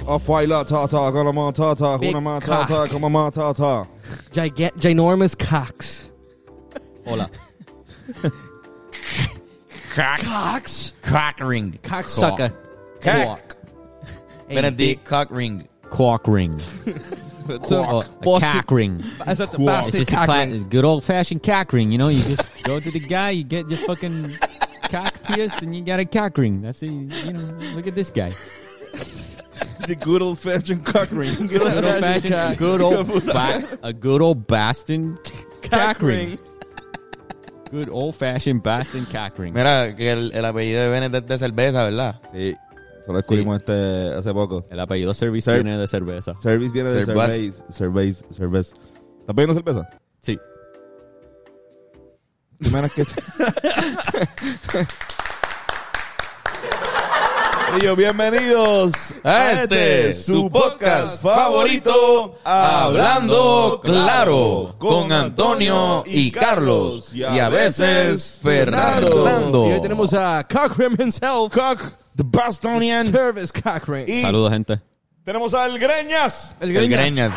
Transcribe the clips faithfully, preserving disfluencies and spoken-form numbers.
Afai la tata, con la matata, Big una matata, como matata. Giga- ginormous cocks. Hola. Cox. Cock ring. Cocksucker. Cock. Hey, Benedict cock ring. Cock ring. So, A Boston- cock ring. That's at the Quack. Boston It's just a cock cla- ring. it's good old fashioned cock ring. You know, you just go to the guy, you get your fucking cock pierced, and you got a cock ring. That's a, you know, look at this guy. The good old fashioned cock ring. Good old fashioned, good old, ba- a good old Boston cock ring. Good old fashioned Boston cock ring. Mira, que el, el apellido de Bennett es de cerveza, ¿verdad? Sí, solo descubrimos este hace poco. El apellido Service Ser- viene de cerveza. Service viene de Cerveza. Cerveza. Cerveza, cerveza. ¿Estás pidiendo cerveza? Sí. ¿Tú menos que... Niños, bienvenidos A este, su podcast favorito, Hablando Claro, con Antonio y Carlos, y a veces Fernando. Y hoy tenemos a Cockrim himself. Cock, the Bostonian. Service Cockrim. Y Saludos, gente. tenemos al Greñas. El El Greñas. Greñas.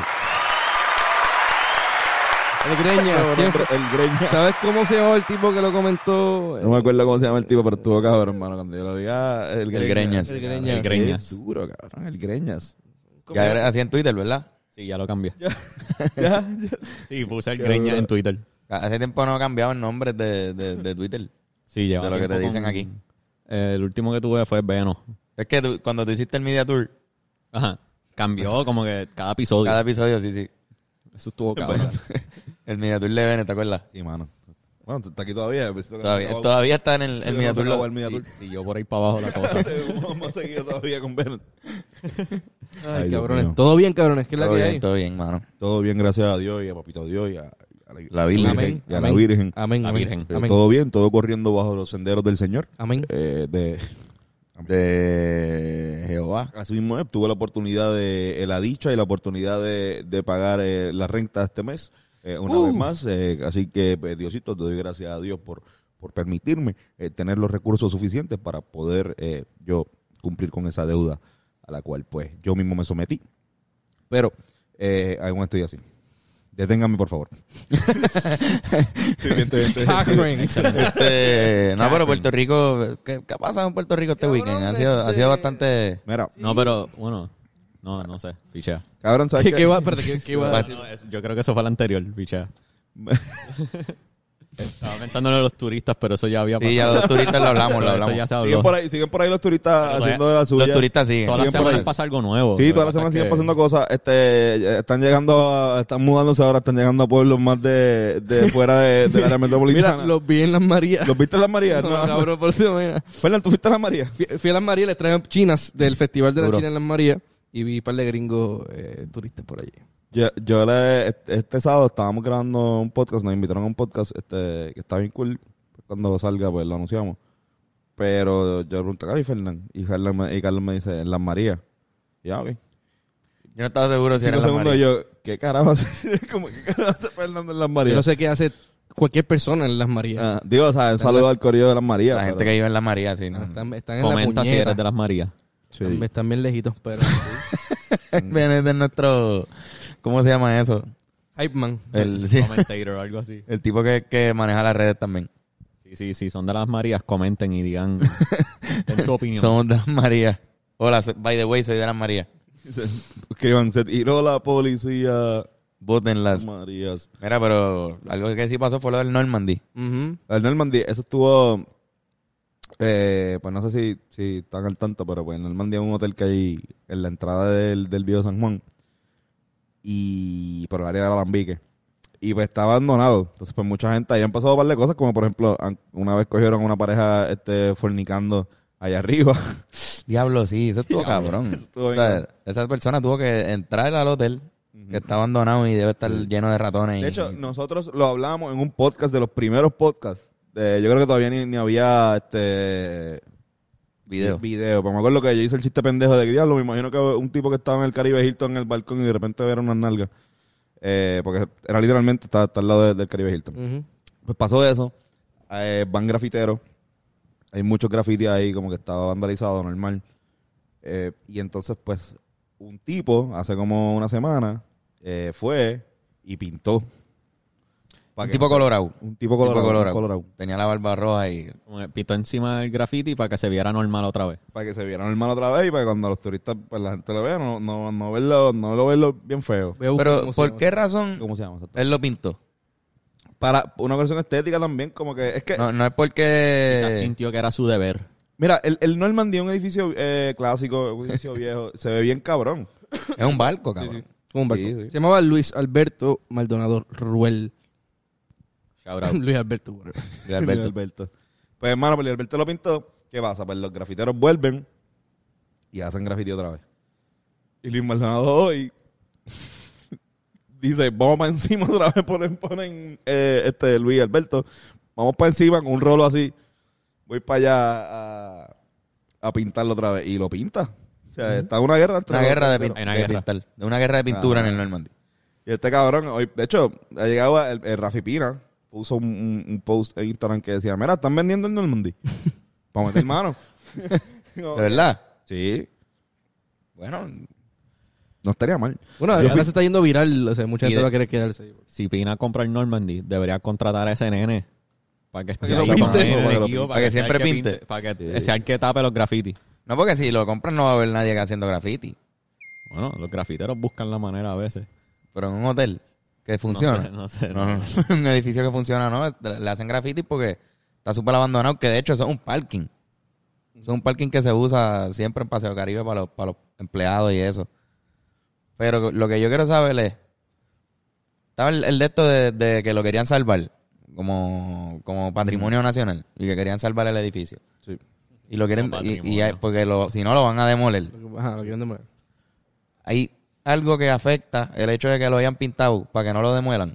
El Greñas. Nuevo ¿Quién nombre, fue? el Greñas. ¿Sabes cómo se llamaba el tipo que lo comentó? No me acuerdo cómo se llama el tipo, pero estuvo cabrón, hermano. Cuando yo lo vi, ah, el Greñas. Greñas. El Greñas. El Greñas. Qué duro, cabrón, el Greñas. ¿Cómo? Ya era así en Twitter, ¿verdad? Sí, ya lo cambié. Ya, ya. Sí, puse el Qué greña duro. en Twitter. Hace tiempo no cambiaban nombres de, de, de Twitter. Sí, lleva De lo que te tiempo dicen con- aquí. Eh, el último que tuve fue Veno. Es que tú- cuando tú hiciste el Media Tour, Ajá. Cambió como que cada episodio. cada episodio, sí, sí. Eso estuvo cabrón. El Media Tour de Bennett, ¿te acuerdas? Sí, mano. Bueno, tú estás aquí todavía. Todavía, todavía está en el, Sí, el no Media se Tour. acabó lo- el Media Tour. Y yo por ahí para abajo la cosa. Hemos seguido todavía con Bennett. Ay, Ay, Dios cabrones. mío. Todo bien, cabrones. ¿Qué es la Todo que bien, hay? todo bien, mano. Todo bien, gracias a Dios y a Papito Dios y a, a La Virgen. Amén. y a la Amén. Virgen. Amén. La amén, Virgen. Eh, Amén. Todo bien, todo corriendo bajo los senderos del Señor. Amén. Eh, de, De Jehová. así mismo es, tuve la oportunidad de eh, la dicha y la oportunidad de, de pagar eh, la renta este mes, eh, una Uh. vez más. eh, así que, pues, Diosito, te doy gracias a Dios por, por permitirme eh, tener los recursos suficientes para poder eh, yo cumplir con esa deuda a la cual, pues, yo mismo me sometí. Pero, eh, aún estoy así. Deténganme, por favor. Estoy bien, estoy bien, estoy bien. Cockring. Este, no, pero Puerto Rico, ¿qué, qué ha pasado en Puerto Rico este Cabrón, weekend? Ha sido, ha este- sido bastante... Mira, No, pero bueno. No, no sé. Pichea. cabrón, ¿sabes ¿Qué, qué? qué iba, espérate, ¿qué, qué iba a Bueno, decir? No, es- yo creo que eso fue el anterior, pichea. Estaba pensando en los turistas, pero eso ya había pasado. Sí, ya los turistas lo hablamos, Eso- lo eso hablamos. ya se Siguen habló. por ahí, siguen por ahí los turistas Pero haciendo de la suya. Los turistas siguen. Todas las siguen por semanas ahí. pasa algo nuevo. Sí, Lo que todas las pasa semanas es siguen que- pasando cosas. Este, están llegando, a, están mudándose ahora, están llegando a pueblos más de, de fuera de, del área metropolitana. Mira, los vi en las Marías. ¿Los viste en las Marías? No, No, cabrón, por eso, mira. Fernan, ¿tú fuiste a las Marías? Fui, fui a las Marías, les traían chinas del Festival de la Duro. China en las Marías y vi un par de gringos eh, turistas por allí. Yo, yo le, este, este sábado estábamos grabando un podcast, nos invitaron a un podcast este, que está bien cool. Cuando salga, pues lo anunciamos. Pero yo le pregunté, ¿qué hay, Fernan? Y, Fernan me- y Carlos me dice, en las Marías. Y ya, ok. Yo no estaba seguro si Cinco era la segundos y María. yo, ¿qué carajo hace? Como, ¿qué carajo hace Fernando en las Marías? Yo no sé qué hace cualquier persona en las Marías. Ah, digo, o sea, un saludo al corillo de las Marías. La gente pero- que vive en la María, sí. ¿no? No, están, están en Comenta la si puñeta. eres de las Marías. Sí. Están, están bien lejitos, pero... Viene de nuestro... ¿Cómo se llama eso? Hype Man. El, sí, Commentator o algo así. el tipo que, que maneja las redes también. Sí, sí, sí. Son de las Marías. Comenten y digan den su opinión. Somos de las Marías. Hola, so- by the way, soy de las Marías. Escriban, se tiró la policía. Voten las... Marías. Mira, pero algo que sí pasó fue lo del Normandy. Ujú. El Normandy, eso estuvo... Eh, pues no sé si, si están al tanto, pero pues en Normandy es un hotel que hay en la entrada del, del Viejo San Juan. Y por el área de Alambique. Y pues está abandonado. Entonces, pues mucha gente ahí han pasado un par de cosas, como por ejemplo, han- una vez cogieron a una pareja este, fornicando allá arriba. Diablo, sí, eso estuvo cabrón. estuvo O bien sea, cabrón. esa persona tuvo que entrar al hotel, que está abandonado y debe estar lleno de ratones. De y- hecho, nosotros lo hablamos en un podcast de los primeros podcasts. De- yo creo que todavía ni, ni había este video. video. Pero me acuerdo que yo hice el chiste pendejo de que diablo. Me imagino que un tipo que estaba en el Caribe Hilton en el balcón y de repente ver unas nalgas. Eh, porque era literalmente, está, está al lado de- del Caribe Hilton. Ujú. Pues pasó eso. Eh, van grafiteros. Hay muchos grafitis ahí, como que estaba vandalizado, normal. Eh, y entonces, pues, un tipo, hace como una semana, eh, fue y pintó. Pa' Un que tipo no se- colorado. Un tipo colorado. Tipo colorado. un colorado. Tenía la barba roja y... Como que pintó encima del graffiti para que se viera normal otra vez. Para que se vieran normal otra vez y para que cuando los turistas, pues la gente lo vea, no, no, no verlo, no lo verlo bien feo. Voy a buscar Pero, cómo se ¿por llama. qué razón ¿Cómo se llama? Exacto. él lo pintó? Para una cuestión estética también, como que es que... No, no es Quizás porque... sintió que era su deber. Mira, el, el Normandy es un edificio eh, clásico, un edificio viejo, se ve bien cabrón. Es un barco, cabrón. Como un barco. Sí, sí. Se llamaba Luis Alberto Maldonado Ruel. Shout out. Luis Alberto. whatever. De Alberto. Alberto. Pues hermano, pues Alberto lo pintó. ¿Qué pasa? Pues los grafiteros vuelven y hacen grafiti otra vez. Y Luis Maldonado hoy dice, vamos para encima otra vez, ponen, ponen eh, este Luis Alberto, vamos para encima con un rolo así. Voy para allá a, a pintarlo otra vez. Y lo pinta. O sea, está en una guerra entre Una los guerra de, graffiteros. pin- Hay una de guerra. pintar. De una guerra de pintura Ah. en el Normandy. Y este cabrón, hoy, de hecho, ha llegado el, el Rafi Pina, puso un, un- un post en Instagram que decía, mira, están vendiendo el Normandy. Para meter mano. No, ¿De verdad? Sí, Bueno, no estaría mal. Bueno, Yo ahora fui- se está yendo viral. O sea, mucha Y gente de- va a querer quedarse ahí. Si Pina compra el Normandy, debería contratar a ese nene para que esté Para que ahí lo con pinte. él en el Para que lo equipo, pinte. Para que sea siempre el pinte. Para que Sí. sea el que tape los grafitis. no porque si lo compran no va a haber nadie haciendo graffiti. Bueno, los grafiteros buscan la manera a veces. Pero en un hotel que funciona. No sé, no sé. No, no, no. Un edificio que funciona, ¿no? Le hacen graffiti porque está súper abandonado, que de hecho eso es un parking. Eso es un parking que se usa siempre en Paseo Caribe para los, para los empleados y eso. Pero lo que yo quiero saber es, estaba el, el de esto de, de que lo querían salvar como, como patrimonio nacional y que querían salvar el edificio. Sí. Y lo quieren, Como y, y patrimonio. hay- porque lo, si no lo van a demoler. Ajá, lo quieren demoler. Hay algo que afecta el hecho de que lo hayan pintado para que no lo demuelan.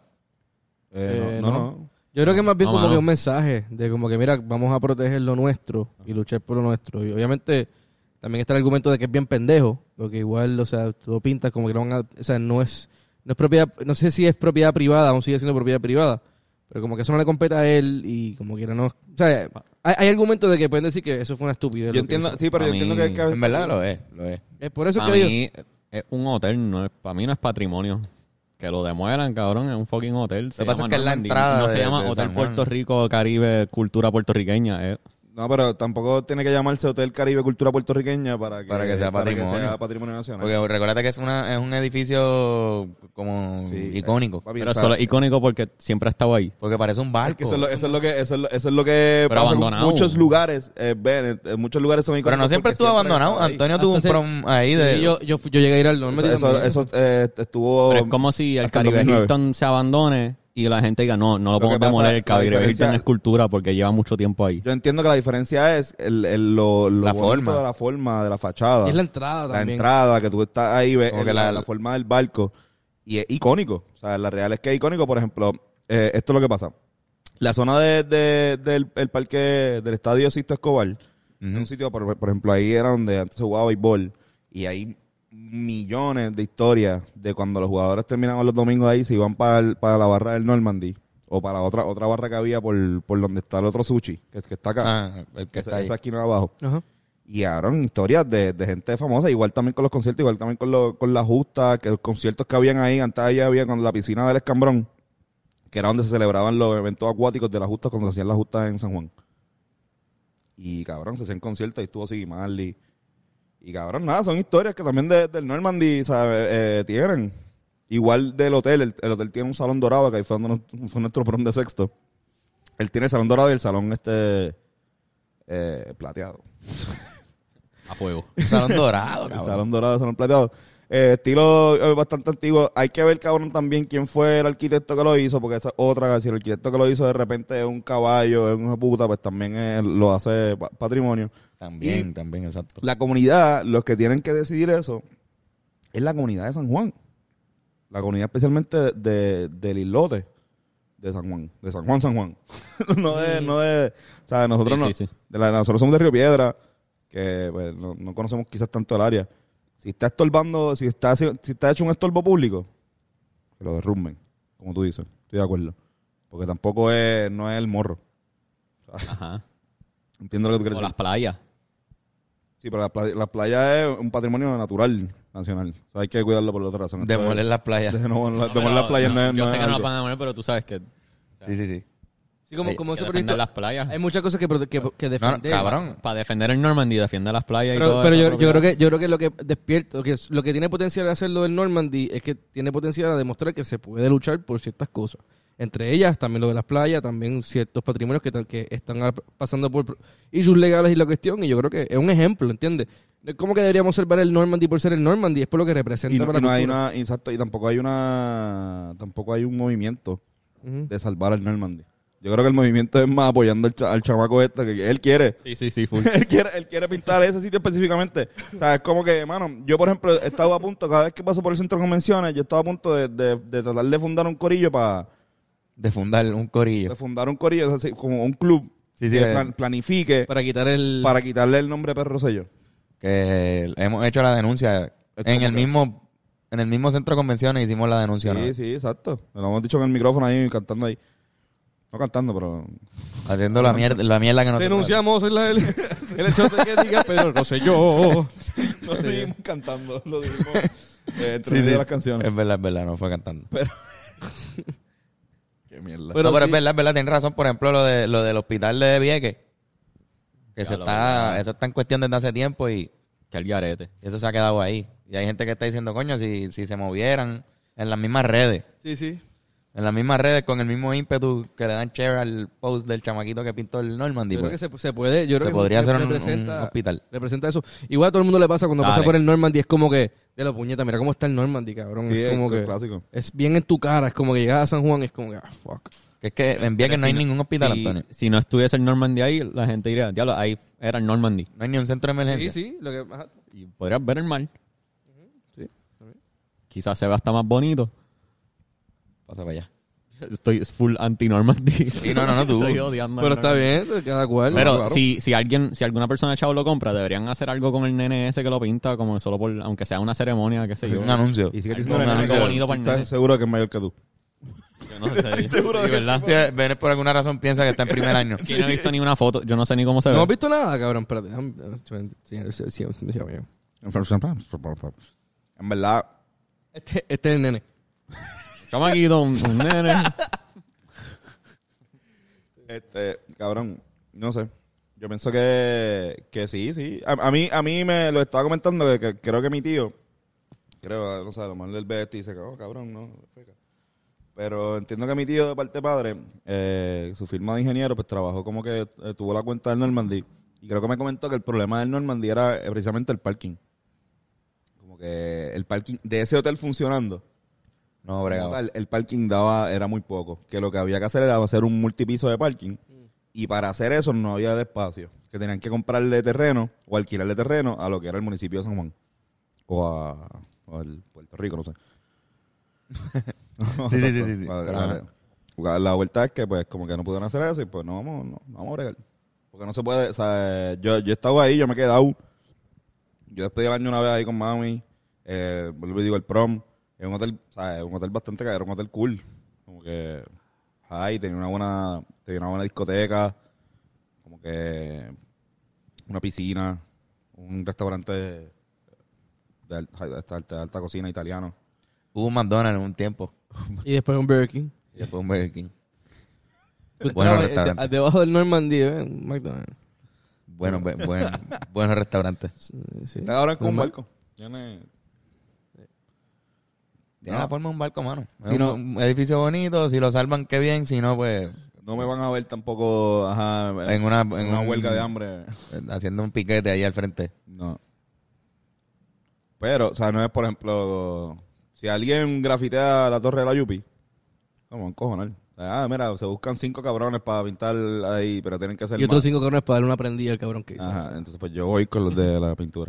Eh, Eh, no, no, no. no. Yo creo que más bien No, como mano. que un mensaje de como que, mira, vamos a proteger lo nuestro y luchar por lo nuestro. Y obviamente también está el argumento de que es bien pendejo, porque igual, o sea, tú lo pintas como que no van a... O sea, no es, no es propiedad... No sé si es propiedad privada, aún sigue siendo propiedad privada, pero como que eso no le compete a él y como que no... O sea, hay, hay argumentos de que pueden decir que eso fue una estupidez. Yo lo que entiendo, hizo. sí, pero A yo mí- entiendo que, que En verdad lo es, lo es. Es por eso Para que digo... mí es un hotel, no es, para mí no es patrimonio. Que lo demuelan, cabrón, es un fucking hotel. Se Lo que pasa llama es que es la Normandy. entrada No de- se llama de Hotel San Juan. Puerto Rico, Caribe, cultura puertorriqueña. Es, No, pero tampoco tiene que llamarse Hotel Caribe Cultura Puertorriqueña para que, Para que sea patrimonio. sea patrimonio nacional. Porque recuérdate que es una es un edificio como Sí, icónico. papi, pero o sea, solo es icónico porque siempre ha estado ahí. Porque parece un barco. es que eso, es lo, eso es lo que eso es lo, eso es lo que Pero pasa con abandonado. muchos lugares. Eh, ven, en muchos lugares son Pero icónicos no siempre porque estuvo siempre abandonado. estaba ahí. Antonio tuvo un Hasta se- prom ahí de... Sí, yo, yo, fui- yo llegué a ir al Normandy Eso, también. eso eh, estuvo... Pero es como si el hasta el Caribe dos mil nueve. Hilton se abandone y la gente diga, no, no lo Lo que podemos pasa, demoler. El la Caribe diferencia- Hilton es cultura porque lleva mucho tiempo ahí. Yo entiendo que la diferencia es el, el- lo, lo La bonito forma. de la forma, de la fachada. Y es la entrada la también. entrada, que tú estás ahí, ves Como el- que la, la- la forma del barco. Y es icónico. O sea, la real es que es icónico. Por ejemplo, eh, esto es lo que pasa. La zona de, de- del el parque del estadio Sisto Escobar, es un sitio, por, por ejemplo, ahí era donde antes se jugaba béisbol. Y hay millones de historias de cuando los jugadores terminaban los domingos ahí, se iban para, el- para la barra del Normandy. O para otra otra barra que había por, por donde está el otro sushi, que, que está acá. Ah, el que esa, está ahí. esa esquina de abajo. Ajá. Y hablaron historias de, de gente famosa, igual también con los conciertos, igual también con, lo- con la justa, que los conciertos que habían ahí, antes allá había con la piscina del Escambrón, que era donde se celebraban los eventos acuáticos de la justa cuando se hacían las justas en San Juan. Y cabrón, se hacían conciertos y estuvo Siggy Marley. Y cabrón, nada, son historias que también de- del Normandy, ¿sabes? Eh, tienen. Igual del hotel, el, el hotel tiene un salón dorado, que ahí fue donde nos- fue nuestro prom de sexto. Él tiene el salón dorado y el salón este eh, plateado. A fuego. Un salón dorado, El cabrón. salón dorado, el salón plateado. Eh, estilo eh, bastante antiguo. Hay que ver, cabrón, también quién fue el arquitecto que lo hizo, porque esa es otra, si el arquitecto que lo hizo de repente es un caballo, es una puta, pues también eh, lo hace pa- patrimonio. También, Y- también, exacto. La comunidad, los que tienen que decidir eso, es la comunidad de San Juan. La comunidad especialmente de, de- del islote de San Juan. De San Juan, San Juan. no de, no de, o sea, nosotros Sí, no, sí, sí. de la- nosotros somos de Río Piedra, que pues, no, no conocemos quizás tanto el área. Si está estorbando, si está, si está hecho un estorbo público, que lo derrumben, como tú dices. Estoy de acuerdo. Porque tampoco es, no es el morro. Ajá. Entiendo lo que tú quieres O decir. las playas. Sí, pero la playa, la playa es un patrimonio natural. nacional. O sea, hay que cuidarlo por la otra razón. Esto Demoler es- las playas. de no- No, demoler pero las playas no, no, es- yo no sé es que no las algo. van a demoler, pero tú sabes que... Sí, sí, sí. Sí, como, hay como que ese defender proyecto. las playas. Hay muchas cosas que, prote- que, que No, defender. no, cabrón. Para defender el Normandy, defiende las playas y Pero, todo pero eso, yo, yo propiedad. creo que yo creo que lo que despierta, lo que, lo que tiene potencial de hacerlo del Normandy es que tiene potencial a demostrar que se puede luchar por ciertas cosas. Entre ellas, también lo de las playas, también ciertos patrimonios que, ta- que están a- pasando por issues legales y la cuestión, y yo creo que es un ejemplo, ¿entiendes? ¿Cómo que deberíamos salvar el Normandy por ser el Normandy? Es por lo que representa Y no, para y no la hay cultura. una, exacto, y tampoco hay una, tampoco hay un movimiento Ujú. de salvar al Normandy. Yo creo que el movimiento es más apoyando al, cha- al chamaco este, que él quiere. Sí, sí, sí, full. él quiere, él quiere pintar ese sitio específicamente. O sea, es como que, mano, yo por ejemplo he estado a punto, cada vez que paso por el centro de convenciones, yo estaba a punto de, de, de tratar de fundar un corillo para, De fundar un corillo. de fundar un corillo, o sea, así, como un club Sí, sí, que eh. plan- planifique Para quitar el... para quitarle el nombre Perro Sello. Que hemos hecho la denuncia. Es En como el que- mismo en el mismo centro de convenciones hicimos la denuncia. ¿no? Sí, sí, exacto. Lo hemos dicho en el micrófono ahí, cantando ahí. No cantando, pero... Haciendo la mierda, la mierda que nos Denunciamos el, el, el hecho de que diga Pedro Rosselló. No lo dijimos cantando, lo dijimos eh, entre Sí, medio sí. de las canciones. Es verdad, es verdad, no fue cantando. Qué mierda. Pero no, pero sí. es verdad, es verdad, tienes razón. Por ejemplo, lo de lo del hospital de Vieques. Que se lo está, verdad. eso está en cuestión desde hace tiempo y Que el garete. eso se ha quedado ahí. Y hay gente que está diciendo, coño, si, si se movieran en las mismas redes, Sí, sí. en las mismas redes con el mismo ímpetu que le dan share al post del chamaquito que pintó el Normandy. Yo creo que pues, se, se puede. Yo creo se que podría hacer un, representa, un hospital. representa eso. Igual a todo el mundo le pasa cuando Dale. pasa por el Normandy. Es como que, de la puñeta, mira cómo está el Normandy, cabrón. Sí, es como es que clásico. es bien en tu cara. Es como que llegas a San Juan y es como que, ah, fuck. Que es que en Vieques Pero no hay si ningún hospital, si, Antonio. Si no estuviese el Normandy ahí, la gente diría, diablo, ahí era el Normandy. No hay ni un centro de Sí, emergencia. sí. Lo que, ajá. Y podrías ver el mar. Sí. Quizás se ve hasta más bonito. Pasa para allá. Estoy full anti-Normandy. Sí, no, no, no, tú. Estoy odiando Pero el está Normandy. bien, cada cual. Pero No, claro. si, si alguien, si alguna persona de chavo lo compra, deberían hacer algo con el nene ese que lo pinta, como solo por, aunque sea una ceremonia, qué sé yo. Un anuncio. Y sigue Algo diciendo bonito, bonito para el estás nene. seguro que es mayor que tú. Yo no sé. seguro sí, que- ¿verdad? Sí, Benes por alguna razón piensa que está en primer año. Aquí no he visto ni una foto. Yo no sé ni cómo se ve. No has visto nada, cabrón. Espérate. déjame- sí, sí, sí, sí, sí, sí, bien. En verdad, Este, este es el nene. Chamaquito, un, un nene. este, cabrón, no sé. Yo pienso que, que sí, sí. A, a mí, a mí me lo estaba comentando que, que creo que mi tío, creo, no sé, a lo mejor él ve esto y dice, oh, cabrón, no. Pero entiendo que mi tío, de parte de padre, eh, su firma de ingeniero, pues trabajó como que eh, tuvo la cuenta del Normandy. Y creo que me comentó que el problema del Normandy era eh, precisamente el parking. Como que el parking de ese hotel funcionando. No, Como bregado. tal, el parking daba era muy poco. Que lo que había que hacer era hacer un multipiso de parking. Y para hacer eso no había espacio. Que tenían que comprarle terreno o alquilarle terreno a lo que era el municipio de San Juan. O a o al Puerto Rico, no sé. Sí, sí, sí, sí, sí. La, Pero, la- ajá. la- la vuelta es que pues como que no pudieron hacer eso y pues no vamos, no, no vamos a bregar. Porque no se puede, o sea, yo, yo he estado ahí, yo me he quedado. Yo despedí el año una vez ahí con mami. Eh, vuelvo y digo, el prom. Es un hotel, o sea, es un hotel bastante caro, un hotel cool. Como que high, tenía una buena, tenía una buena discoteca, como que una piscina, un restaurante de, de alta, de alta- de alta cocina italiano. Hubo un McDonald's en un tiempo. Y después un Burger King. Y después un Burger King. Tú Buenos estabas, eh, restaurantes. de- debajo del Normandy, ¿eh? Un McDonald's. Bueno, bu- buen- buenos restaurantes. Sí, sí. Está ahora con un Normal. barco. Tiene, Tiene No. la forma de un barco, mano. Es Si un, no- un edificio bonito. Si lo salvan, qué bien. Si no, pues no me van a ver tampoco ajá, en una, en en una un- huelga de hambre. haciendo un piquete ahí al frente. No. Pero, o sea, no es, por ejemplo, si alguien grafitea la torre de la Yupi, como un cojonal. Ah, mira, se buscan cinco cabrones para pintar ahí, pero tienen que hacer Y otros más. cinco cabrones para darle una prendida al cabrón que hizo. Ajá, entonces pues yo voy con los de la pintura.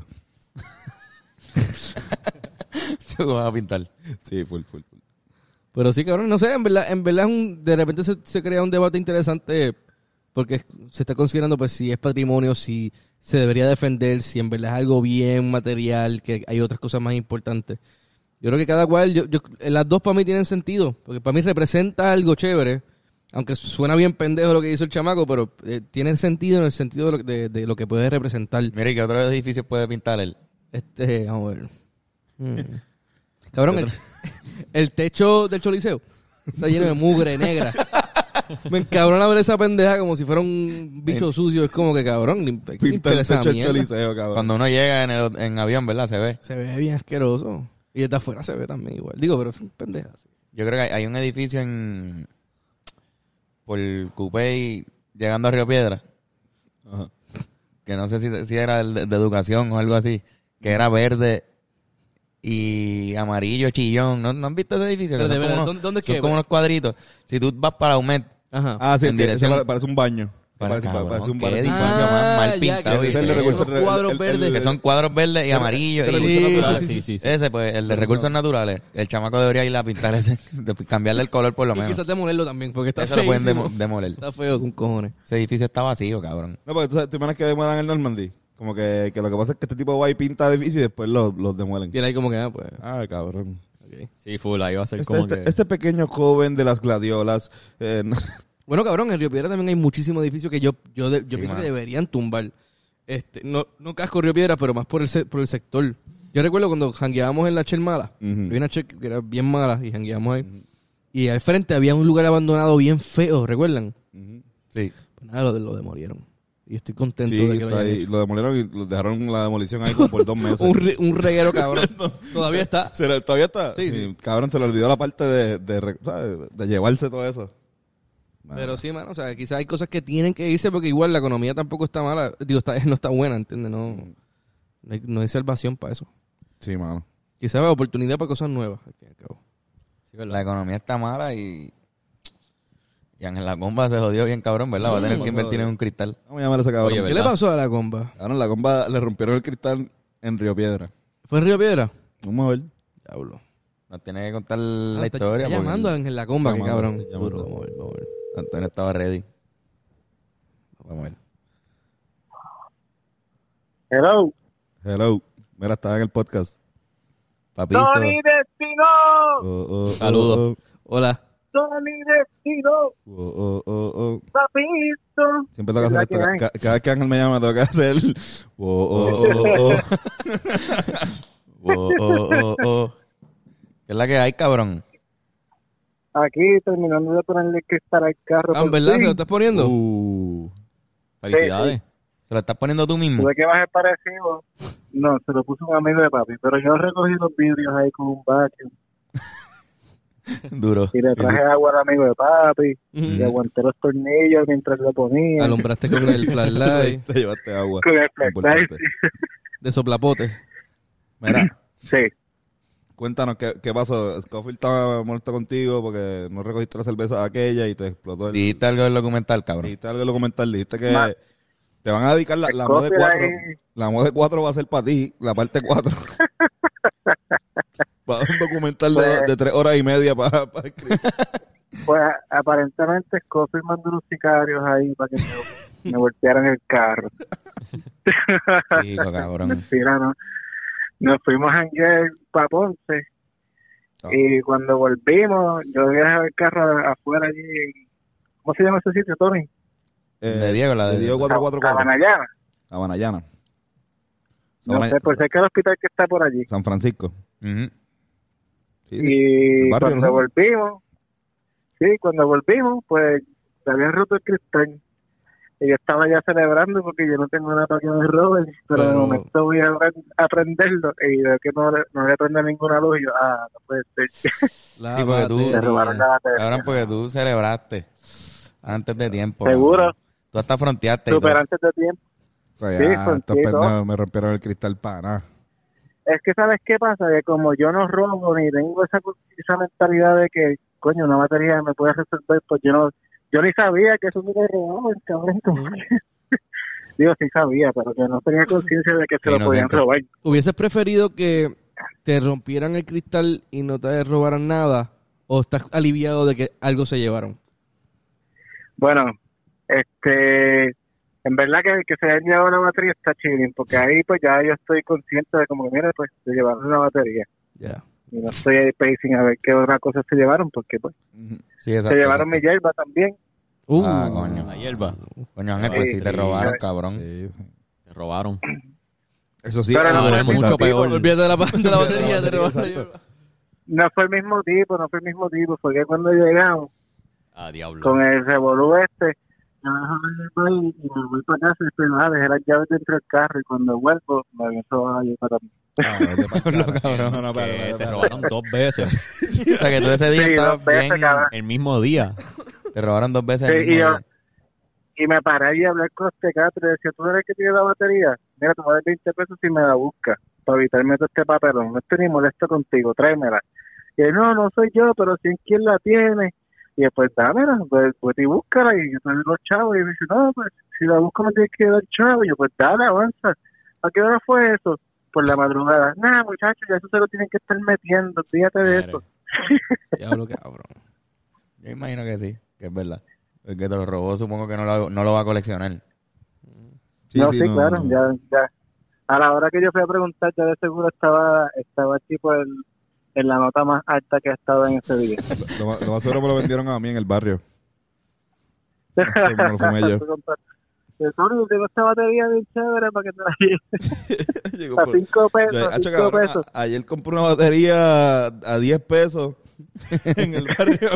Se va a pintar. Sí, full, full, full. Pero sí, cabrón, no sé, en verdad, en verdad es un- de repente se, se crea un debate interesante porque se está considerando pues si es patrimonio, si se debería defender, si en verdad es algo bien material, que hay otras cosas más importantes. Yo creo que cada cual, yo, yo, las dos para mí tienen sentido, porque para mí representa algo chévere, aunque suena bien pendejo lo que hizo el chamaco, pero eh, tiene sentido en el sentido de lo, de, de lo que puede representar. Mire, ¿qué otro edificio puede pintar él? Este, vamos a ver. Mm. Cabrón, el, el techo del Choliseo está lleno de mugre negra. Me encabrona ver esa pendeja como si fuera un bicho sucio. Es como que, cabrón, limpi- Pinta limpia el esa techo del mierda. Choliseo, cabrón. Cuando uno llega en, el, en avión, ¿verdad? Se ve. Se ve bien asqueroso. Y desde afuera se ve también igual. Digo, pero es un pendeja. Sí. Yo creo que hay, hay un edificio en... Por Cupey, llegando a Río Piedra. Ajá. Que no sé si, si era de, de educación o algo así. Que era verde y amarillo chillón. ¿No, ¿no han visto ese edificio? Que Pero de son como verdad, unos- ¿dónde- dónde es son que, como güey? unos cuadritos. Si tú vas para Aumet, Ajá. Ah, sí, En que dirección- ese parece un baño. Para parece, cabrón, parece un qué parece un edificio baño. más mal Ah, ya, pintado. que y ese es el de feo. recursos- Unos cuadros el- el- verdes. Que son cuadros verdes y amarillos. de y- recursos Sí, naturales. sí, Sí, sí, sí. Ese, pues, el de recursos naturales. El chamaco debería ir a pintar ese, de cambiarle el color por lo Y menos. quizás demolerlo también, porque está Eso lo pueden feísimo. demo- demoler. Está feo con cojones. Ese edificio está vacío, cabrón. No, porque tú sabes, tú imaginas que demuelan el Normandy. Como que, que lo que pasa es que este tipo va y pinta edificios y después los, los demuelen. Y él ahí como que, ah, pues, Ah, cabrón. ok. Sí, full, ahí va a ser Este, como este, que... este pequeño joven de las gladiolas. Eh, no- Bueno, cabrón, en Río Piedra también hay muchísimos edificios que yo, yo, de- yo Sí, pienso mano. que deberían tumbar. Este, no, no casco Río Piedra, pero más por el, se- por el sector. Yo recuerdo cuando jangueábamos en la Shell mala. Ujú. Había una Shell que era bien mala y jangueábamos ahí. Y al frente había un lugar abandonado bien feo, ¿recuerdan? Ujú. Sí. Pues nada, lo, lo demolieron. Y estoy contento Sí, de que lo está hayan ahí. hecho. Lo demolieron y lo dejaron la demolición ahí como por dos meses. Un, re- un reguero, cabrón. Todavía está. ¿Se le- ¿Todavía está? Sí, sí. Cabrón, se le olvidó la parte de, de, re- ¿sabes? de llevarse todo eso. Mano. Pero sí, mano, o sea, quizás hay cosas que tienen que irse porque igual la economía tampoco está mala. Digo, está, no está buena, ¿entiendes? No, no, hay, no hay salvación para eso. Sí, mano. Quizás hay oportunidad para cosas nuevas, al fin y al cabo. Sí, ¿verdad? La economía está mala y... Y Ángel La Comba se jodió bien, cabrón, ¿verdad? Va a tener que invertir en un cristal. Vamos a llamar a ese cabrón. Oye, ¿Qué le ¿verdad? pasó a la comba? Cabrón, la comba le rompieron el cristal en Río Piedra. ¿Fue en Río Piedra? Vamos a ver. Diablo. Nos tiene que contar Ah, la está- historia. está porque llamando a Ángel la comba, qué Llamando, cabrón. llamando. Duro, vamos a ver, vamos a ver. Antonio estaba ready. Vamos a ver. Hello. Hello. Mira, estaba en el podcast. Papito. Tony Destino. Oh, oh, Saludos. oh, Hola. Tony Destino. oh, oh, oh, oh. Papito. Siempre tengo que hacer esto. ¿Verdad que Ca- ca- Cada vez que Ángel me llama, tengo que hacer. Oh, oh, oh, oh. Oh, oh, oh, oh. ¿Qué es la que hay, cabrón? Aquí terminando de ponerle que estar al carro. Ah, por ¿verdad? fin. ¿Se lo estás poniendo? Uh. Felicidades. ¿Se lo estás poniendo tú mismo? Tuve que bajar para recibo. No, se lo puso un amigo de papi. Pero yo recogí los vidrios ahí con un vacuum. Duro. Y le traje agua al amigo de papi. Ujú. Y aguanté los tornillos mientras lo ponía. Alumbraste con el flashlight Te llevaste agua. Con el flashlight. Importante. de soplapote. Mira, Sí. cuéntanos qué, qué pasó. Scofield estaba muerto contigo porque no recogiste la cerveza aquella y te explotó el. Dijiste algo del documental, cabrón. Dijiste algo en el documental. Dijiste que Ma- te van a dedicar la, la mod de Scofield cuatro. ahí- La mod de cuatro va a ser para ti, la parte cuatro. Va a dar un documental de, Pues- de tres horas y media para, para escribir. Pues aparentemente Scofield mandó unos sicarios ahí para que me, me voltearan el carro. Chico, cabrón. Mentira, ¿no? Nos fuimos a janguear para Ponce. Ah. Y cuando volvimos, yo dejé el carro afuera allí. en- ¿Cómo se llama ese sitio, Tony? Eh, De Diego, la de- de Diego cuatro cuatro cuatro. Sabanayana. Sabanayana. No Sabana- sé, pues sé que el hospital que está por allí. San Francisco. Ujú. Sí, sí. Y El barrio, cuando ¿no? volvimos, sí, cuando volvimos, pues se habían roto el cristal. Y yo estaba ya celebrando porque yo no tengo nada para que me roben, pero, de Pero- momento voy a, apren- a prenderlo y veo que no, le- no le prende ninguna luz y yo, ah, no puede ser. La Sí, porque tú- Me batería. robaron la batería. Cabrón, porque tú celebraste antes de tiempo. Seguro. cabrón. Tú hasta fronteaste. y Súper todo. antes de tiempo. Pues Sí, ya, pues, estos sí, pendejos todo. me rompieron el cristal para nada. Es que, ¿sabes qué pasa? Que como yo no robo ni tengo esa, esa mentalidad de que, coño, una batería me puede resolver, pues yo no, yo ni sabía que eso me lo robaban, cabrón. como que- Digo, sí sabía, pero que no tenía conciencia de que se Qué lo podían inocente. robar. ¿Hubieses preferido que te rompieran el cristal y no te robaran nada? ¿O estás aliviado de que algo se llevaron? Bueno, este, en verdad que que se hayan llevado la batería está chilling, porque ahí pues ya yo estoy consciente de como que, mira, pues se llevaron la batería. Ya. Y no estoy ahí pacing a ver qué otra cosa se llevaron, porque pues Ujú. Sí, exacto, se llevaron mi exacto. hierba también. Uh, Ah, coño. La hierba. Coño, Ángel, pues Sí, si te sí. robaron, cabrón. Sí, sí. Te robaron. Eso sí, Pero es no, algo es mucho importante. peor. Olvídate de la, de la batería, te robaron la Exacto. No fue el mismo tipo, no fue el mismo tipo. Fue que cuando llegamos Ah, diablo. con el revolú este, yo dejo el baile y me voy para casa y después ah, dejé las llaves dentro del carro y cuando vuelvo me aviso a ir para mí. Ah, vete pa'l Diablo, carajo. cabrón. No, no, espérate, Que espérate, te espérate. robaron dos veces. O sea, que tú ese día Sí, estabas dos veces, bien... cabrón. El mismo día. Te robaron dos veces Sí, el mismo y yo- día. Y me paré ahí a hablar con este gato y le decía, ¿tú eres el que tiene la batería? Mira, te voy a dar veinte pesos si me la buscas para evitarme todo este papelón. No estoy ni molesto contigo, tráemela. Y él, no, no soy yo, pero si quién la tiene. Y después, dámela, pues, pues y búscala. Y yo te doy los chavos. Y me dice, no, pues si la busco me tienes que dar chavo. Y yo, pues dale, avanza. ¿A qué hora fue eso? Por la madrugada. Nah, muchachos, ya eso se lo tienen que estar metiendo. Fíjate de eso. Diablo, cabrón. Yo imagino que sí, que es verdad. El que te lo robó supongo que no lo, no lo va a coleccionar. Sí, no, sí, sí, no, claro, no. ya, ya. A la hora que yo fui a preguntar, ya de seguro estaba, estaba tipo en, en la nota más alta que ha estado en ese día. Lo, más- lo más seguro me lo vendieron a mí en el barrio. Me lo fumé yo. Yo, Tony, tengo esta batería bien chévere para que te la lleves. Llegó A por- cinco pesos, Yo, a hacho, cinco cabrón, pesos. a- ayer compré una batería a diez pesos en el barrio.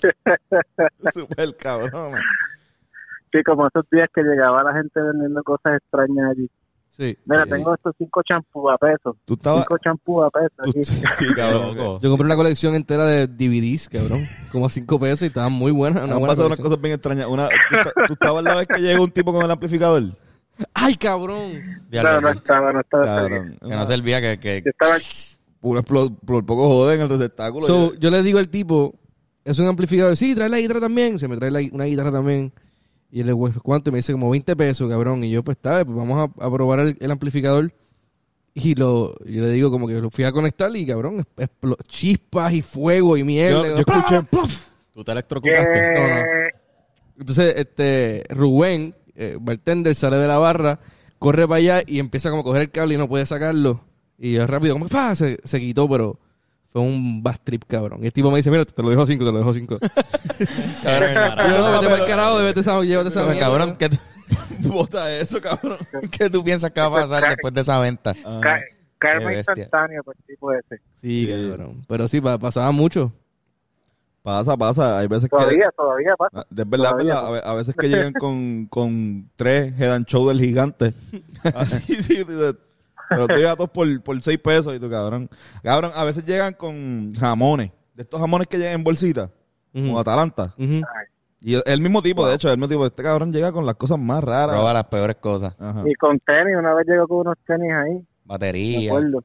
Super cabrón. Sí, como esos días que llegaba la gente vendiendo cosas extrañas allí. Sí. Mira, Sí. tengo estos cinco champús a peso. Tú estabas... Cinco champús a peso tú- aquí. sí, cabrón. Loco. Yo compré una colección entera de D V Ds, cabrón. Como a cinco pesos y estaban muy buenas. Una Han buena pasado unas colección. cosas bien extrañas. Una, tú, esta- tú estabas la vez que llegó un tipo con el amplificador. ¡Ay, cabrón! Diablo, No, no sí. estaba, no estaba. ese día. Cabrón. Que no servía que... que Yo estaba Uno explo- por poco jode en el receptáculo. So, yo le digo al tipo, es un amplificador. Sí, trae la guitarra también. Se me trae la- una guitarra también. Y él le digo, ¿cuánto? Y me dice como veinte pesos, cabrón. Y yo, pues, está, pues vamos a, a probar el, el amplificador. Y lo, yo le digo como que lo fui a conectar y, cabrón, explo- chispas y fuego y mierda. Yo- yo escuché- ¿Tú te electrocutaste? No, no. que... Entonces, este, Rubén, eh, bartender, sale de la barra, corre para allá y empieza como a coger el cable y no puede sacarlo. Y yo rápido, como, ¡pah! Se, se quitó, pero fue un bass trip, cabrón. Y el tipo me dice, mira, te lo dejo cinco, te lo dejo cinco. Cabrón, Y yo, no, vete para el carajo, vete esa, llévate esa Pero, mierda. cabrón, ¿qué, tú- Bota eso, cabrón. ¿qué tú piensas que va a pasar después de esa venta? Ah, Ca- Karma qué bestia. instantáneo, pues tipo ese. Sí, Sí. cabrón. Pero sí, pa- pasaba mucho. pasa, pasa. Hay veces que... Todavía, todavía pasa. Ah, De verdad, Todavía verdad, a ve- a veces que llegan con, con tres Head and Shoulders gigantes. Así, sí, tú dices, pero tú llegas dos por, por seis pesos y tú, cabrón. Cabrón, a veces llegan con jamones. De estos jamones que llegan en bolsita. Ujú. Como Atalanta. Ujú. Y es el mismo tipo, de hecho, el mismo tipo. Este cabrón llega con las cosas más raras. Roba las peores cosas. Ajá. Y con tenis, una vez llegó con unos tenis ahí, me Batería. acuerdo.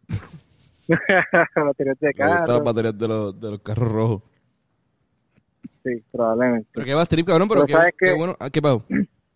Baterías de Me gustan las carro, baterías de los, de los carros rojos. sí, probablemente. Pero qué bass trip, cabrón, pero, Pero qué, ¿sabes qué qué? bueno. Ah, ¿qué pasó?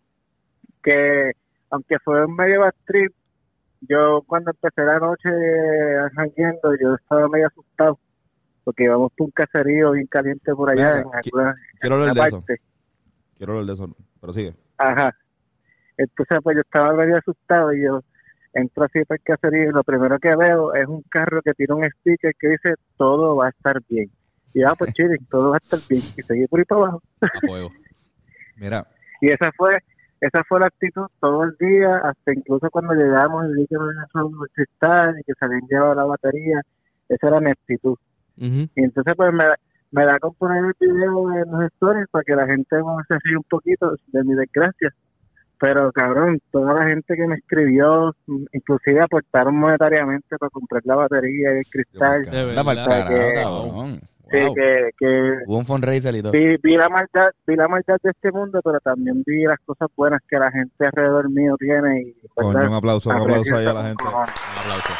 Que aunque fue un medio bad trip, yo cuando empecé la noche jangueando, yo estaba medio asustado porque íbamos por un caserío bien caliente por allá Venga, en qui- alguna, Quiero hablar en de una eso. parte. Quiero hablar de eso. Pero sigue. Ajá. Entonces pues yo estaba medio asustado y yo entro así para el caserío y lo primero que veo es un carro que tiene un sticker que dice todo va a estar bien. Y ah, pues chile, todo va a estar bien. Y seguí por ahí para abajo. A fuego. Mira, Y esa fue esa fue la actitud todo el día, hasta incluso cuando llegamos y vi que me habían roto el cristal y que se habían llevado la batería. Esa era mi actitud. Ujú. Y entonces pues me, me da con poner el video en los stories para que la gente bueno, se ríe un poquito de mi desgracia. Pero cabrón, toda la gente que me escribió, inclusive aportaron monetariamente para comprar la batería y el cristal. Yo De Anda pa'l verdad. carajo, que- cabrón. Sí, Wow. que, que Hubo un fundraiser y todo. vi, vi la maldad, vi la maldad de este mundo, pero también vi las cosas buenas que la gente alrededor mío tiene y coño, ¿verdad? un aplauso, un Aprecio aplauso ahí a eso la con gente. cojones. Un aplauso.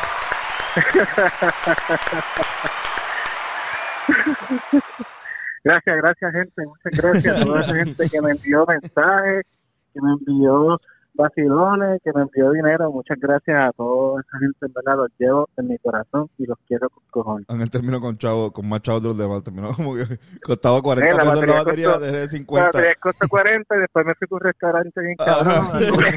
Gracias, gracias gente, muchas gracias a toda esa gente que me envió mensajes, que me envió vacilones, que me envió dinero, muchas gracias a toda esa gente, en verdad, los llevo en mi corazón y los quiero con cojones. En el término con chavo, con más chavos de los demás, terminó como que costaba cuarenta Eh, la pesos la batería batería, costó- dejé de La cincuenta. batería costó cuarenta y después me fui a un restaurante bien cabrón.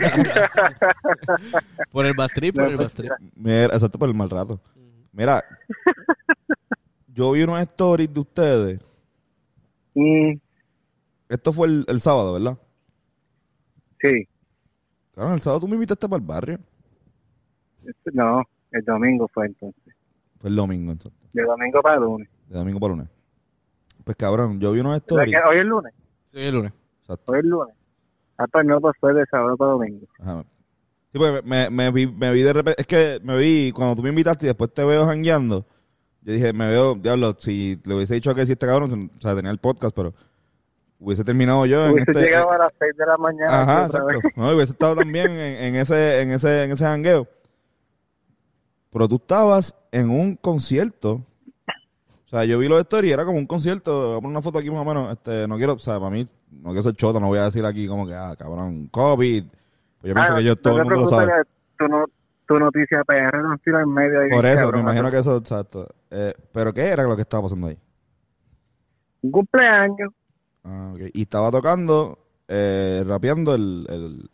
Por el bass trip, por el bass trip. Mira, exacto, por el mal rato. Mira, yo vi unos stories de ustedes. Mm, Esto fue el, el sábado, ¿verdad? sí, Claro, el sábado tú me invitaste para el barrio. No, el domingo fue entonces. Fue el domingo, entonces. De domingo para lunes. De domingo para lunes. Pues cabrón, yo vi unos ¿Verdad stories. que hoy es lunes? Sí, el lunes. Exacto. Hoy es lunes. Ah, pues no, pues fue de sábado para domingo. Ajá. Sí, pues me, me, vi, me vi de repente, es que me vi cuando tú me invitaste y después te veo jangueando. Yo dije, me veo, diablo, si le hubiese dicho que sí este cabrón, o sea, tenía el podcast, pero hubiese terminado yo en Hubiese este... llegado a las seis de la mañana. Ajá, aquí otra exacto. vez. No, hubiese estado también en, en ese, en ese, en ese jangueo. Pero tú estabas en un concierto. O sea, yo vi los stories, era como un concierto. Voy a poner una foto aquí más o menos. Este, no quiero, o sea, para mí, no quiero ser chota, no voy a decir aquí como que, ah, cabrón, COVID. Pues yo pienso Ah, que yo, todo no el te mundo lo preocupes sabe. que Tu, no, tu noticia P R no tira en medio. Ahí, Por eso, cabrón, me imagino ¿no? que eso, exacto. Eh, pero ¿qué era lo que estaba pasando ahí? Un cumpleaños. Ah, ok. Y estaba tocando, eh, rapeando el, el,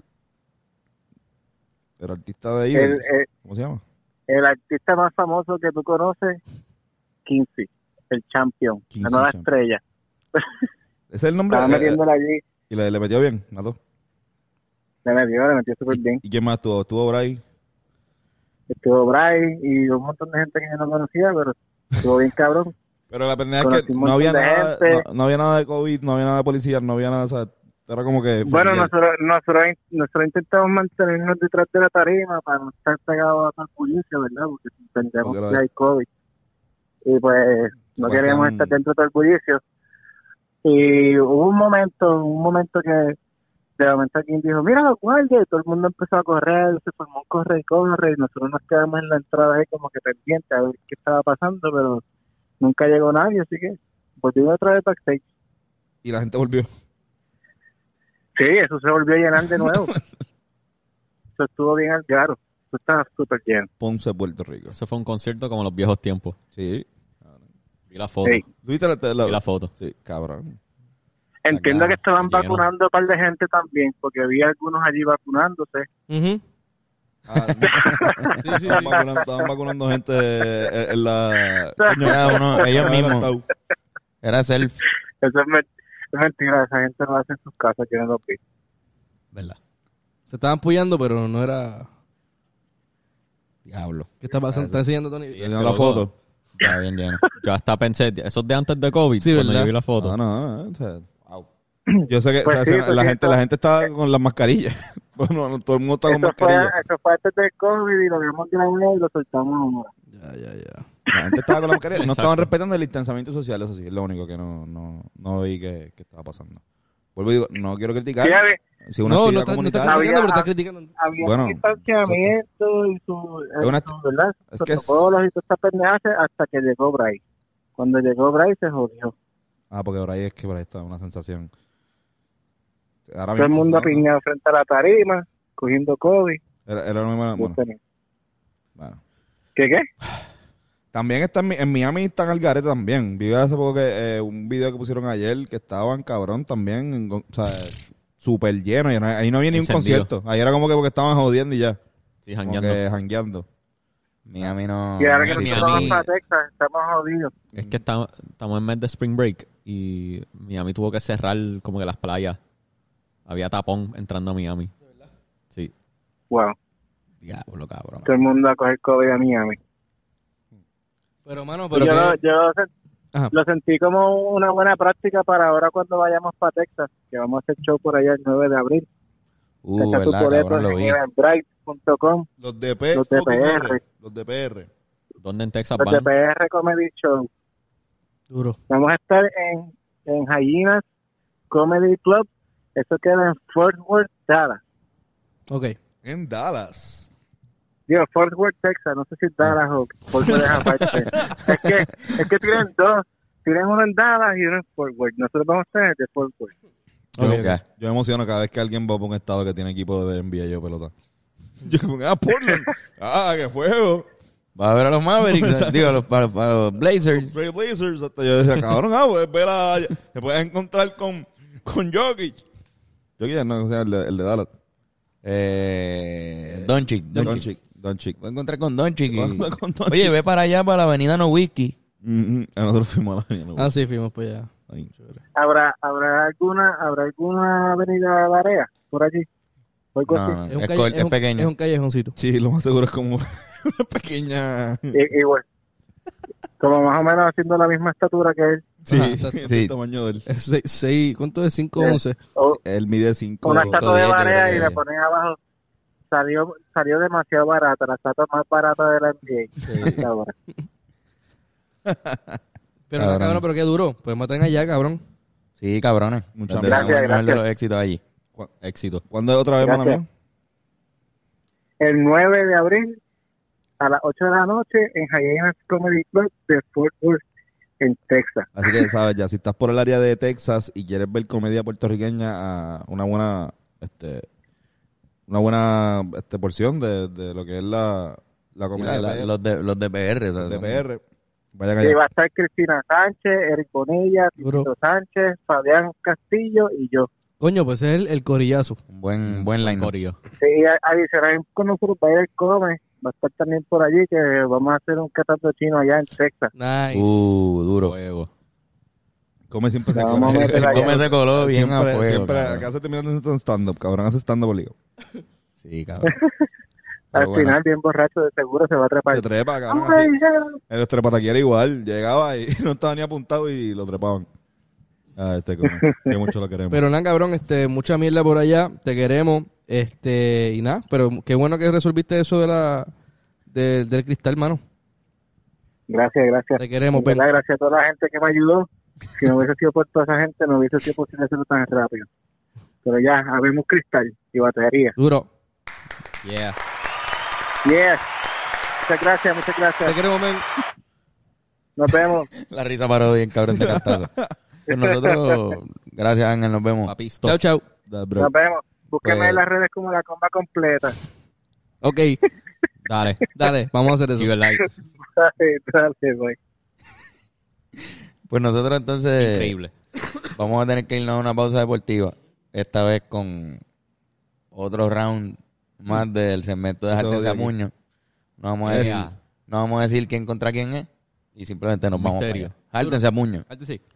el artista de ahí. El, el, ¿Cómo se llama? el artista más famoso que tú conoces, Quincy, el champion, Quincy, la nueva el champion. estrella. Ese es el nombre. Estaba eh, metiéndola allí. y le, le metió bien, mató. Le metió, le metió súper bien. ¿Y quién más estuvo? Estuvo Bray. Estuvo Bray y un montón de gente que yo no conocía, pero estuvo bien cabrón. Pero la pendeja es Conocí que un no había, montón de nada, gente. no, no había nada de COVID, no había nada de policía, no había nada, o sea, era como que... Bueno, familiar. nosotros, nosotros, nosotros intentamos mantenernos detrás de la tarima para no estar pegados a tal bullicio, ¿verdad? Porque entendemos Porque lo que de- hay COVID. Y pues no Pasan- queríamos estar dentro del bullicio. Y hubo un momento, un momento que de momento alguien dijo, mira los guardias, y todo el mundo empezó a correr, se formó un corre y corre, y nosotros nos quedamos en la entrada ahí como que pendientes a ver qué estaba pasando, pero nunca llegó nadie, así que volvimos otra vez backstage. Y la gente volvió. Sí, eso se volvió a llenar de nuevo. Eso estuvo bien al claro. Eso estaba súper lleno. Ponce, Puerto Rico. Eso fue un concierto como los viejos tiempos. Sí. Vi la foto. Sí. ¿Tú viste la, la- Vi la foto. Sí, cabrón. Entiendo Acá, que estaban lleno. vacunando a un par de gente también, porque había algunos allí vacunándose. Ujú. Ah, sí, sí, estaban vacunando, estaban vacunando gente en, en la... Coño, Era uno, ellos estaba mismos. adelantado. Era self. Eso es, men- es mentira, esa gente no hace en sus casas, que no lo vi. ¿Verdad? Se estaban apoyando, pero no era... Diablo. ¿Qué está pasando? ¿Está enseñando Tony? Le dieron la foto. Estaba bien lleno. Yo hasta pensé, eso es de antes de COVID, Sí, cuando ¿verdad? yo vi la foto. No, no, no, o sea, wow. Yo sé que Pues o sí, sea, pues la, sí, gente, esto- la gente estaba con las mascarillas. Bueno, no, todo el mundo está con Eso fue, mascarillas. eso fue antes del COVID y lo habíamos grabado y lo soltamos ahora. Ya, ya, ya. La gente estaba con la mascarilla. No Exacto. estaban respetando el distanciamiento social, eso sí, es lo único que no, no, no vi que, que estaba pasando. Vuelvo y digo, no quiero criticar. Fíjate, Si una No, no actividad está, no está comunitaria. criticando, pero está Había- criticando. había Bueno, un distanciamiento y su, Es una- su, ¿verdad? es Sus que es- protocolos y todas estas pendejadas hasta que llegó Bray. Cuando llegó Bray se jodió. Ah, porque por ahí es que por ahí está una sensación. Ahora Todo el mismo- mundo no, no. apiñado frente a la tarima, cogiendo COVID. Era, era lo mismo, bueno, Yo tenía- bueno. ¿Qué qué? También está en, Mi- en Miami, están al garete también. Vi hace poco que eh, un video que pusieron ayer que estaban cabrón también, en- o sea, súper lleno. Y no- ahí no había ni un Encendido. concierto. Ahí era como que porque estaban jodiendo y ya. Sí, Como jangueando. que jangueando. Miami no. Y ahora que en nosotros Miami- vamos para Texas, estamos jodidos. Es que estamos, estamos en mes de Spring Break y Miami tuvo que cerrar como que las playas. Había tapón entrando a Miami. Sí. Wow. Diablo, cabrón. Todo el mundo a coger COVID a Miami. Pero, mano, pero yo que... lo, yo lo sen- Ajá. lo sentí como una buena práctica para ahora cuando vayamos para Texas, que vamos a hacer show por allá el nueve de abril. Uh, Saca tus verdad, boletos cabrón, lo en vi. eventbrite punto com, Los de P, Los de fucking P R. R. Los de P R. ¿Dónde en Texas los de van? P R Comedy Show. Duro. Vamos a estar en, en Hyenas Comedy Club. Eso queda en Fort Worth, Dallas. Ok. En Dallas. Digo, Fort Worth, Texas. No sé si es Dallas o Fort Worth es aparte. es, que, es que tienen dos. Tienen uno en Dallas y uno en Fort Worth. Nosotros vamos a estar en el de Fort Worth. Yo, Ok, ok. Ya. yo me emociono cada vez que alguien va por un estado que tiene equipo de N B A yo pelota. Yo como, ah, Portland. Ah, qué fuego. Va a ver a los Mavericks. digo, a los, para, para los Blazers. Trail Blazers. Hasta yo decía, cabrón, ah, pues ver a, te puedes encontrar con, con Jokic. Jokic no, o sea, el de, el de Dallas. Eh, Doncic. Doncic. Doncic. Doncic. Voy a encontrar con Doncic. y- Voy a encontrar con Doncic. Oye, ve para allá, para la avenida No Whisky. Mm, mm, a nosotros fuimos a la mañana. Ah, sí, fuimos pues ya. Ahí. ¿Habrá, habrá alguna habrá alguna avenida Barea por allí? o algo No, así. no, Es un, es, calle- cor- es es un- pequeño. es un callejoncito. Sí, lo más seguro es como una pequeña... Y, igual. Como más o menos haciendo la misma estatura que él. Sí, Ajá, exacto. es Sí. el tamaño de él. Es seis, seis- ¿cuánto es? cinco Eh, once. O Él mide cinco. una cinco, estatua de diez, yo marea creo y que- le ponen abajo. Salió salió demasiado barata, la estatua más barata de la N B A. hasta ahora. Pero no, Cabrón. cabrón, pero qué duro. Pues maten allá, cabrón. Sí, cabrones. Muchas Les deseamos gracias, el mejor de gracias. los éxitos allí. ¿Cu- Éxito. ¿Cuándo es otra vez, mano Gracias. mía? El nueve de abril a las ocho de la noche en Hyenas Comedy Club de Fort Worth, en Texas. Así que, sabes, ya si estás por el área de Texas y quieres ver comedia puertorriqueña, a una buena este una buena este porción de, de lo que es la, la Sí, comedia la- la- de, P R, los, de, los de P R. o sea, de son- P R. Vayan Y allá. va a estar Cristina Sánchez, Eric Bonilla, Duro. Tito Sánchez, Fabián Castillo y yo. Coño, pues es el, el corillazo. Un buen, buen line. Corillo. Y a- adicional con nosotros va a ir el Come, va a estar también por allí, que vamos a hacer un catando chino allá en Texas. Nice. Uh, duro. Fuego. Come siempre se La come. vamos a meter allá. Come se coló bien siempre, a fuego. siempre cabrón. acá se termina haciendo un stand-up, cabrón. Hace stand-up obligado. Sí, cabrón. Al Pero bueno. final, bien borracho, de seguro se va a trepar. Se trepa, cabrón. Ay, Así. ya. En los trepataqueros igual. Llegaba y no estaba ni apuntado y lo trepaban. Ah, este come. Que mucho lo queremos. Pero nada, cabrón, este, mucha mierda por allá. Te queremos. Este, y nada, pero qué bueno que resolviste eso de la del- del cristal, mano. Gracias, gracias. Te queremos, En verdad, Pel. gracias a toda la gente que me ayudó. Si no hubiese sido por toda esa gente, no hubiese sido posible hacerlo tan rápido. Pero ya, habemos cristal y batería. Duro. Yeah. Yes. Muchas gracias, muchas Te gracias. queremos, men. Nos vemos. La risa paró bien, cabrón, de cantazo. Pues nosotros, gracias, Ángel, nos vemos. Papisto. Chao, chao. Da, bro. Nos vemos. Búsqueme Pues- en las redes como la comba completa. Ok, Dale. dale, vamos a hacer eso. Sigue el like. Dale, dale, güey. Pues nosotros entonces Increíble. vamos a tener que irnos a una pausa deportiva. Esta vez con otro round más del segmento de Eso Jáltense de a aquí. Puño. No vamos a decir, Yeah. no vamos a decir quién contra quién es y simplemente nos vamos Misterio. para allá. Jáltense a Puño. Hazte sí.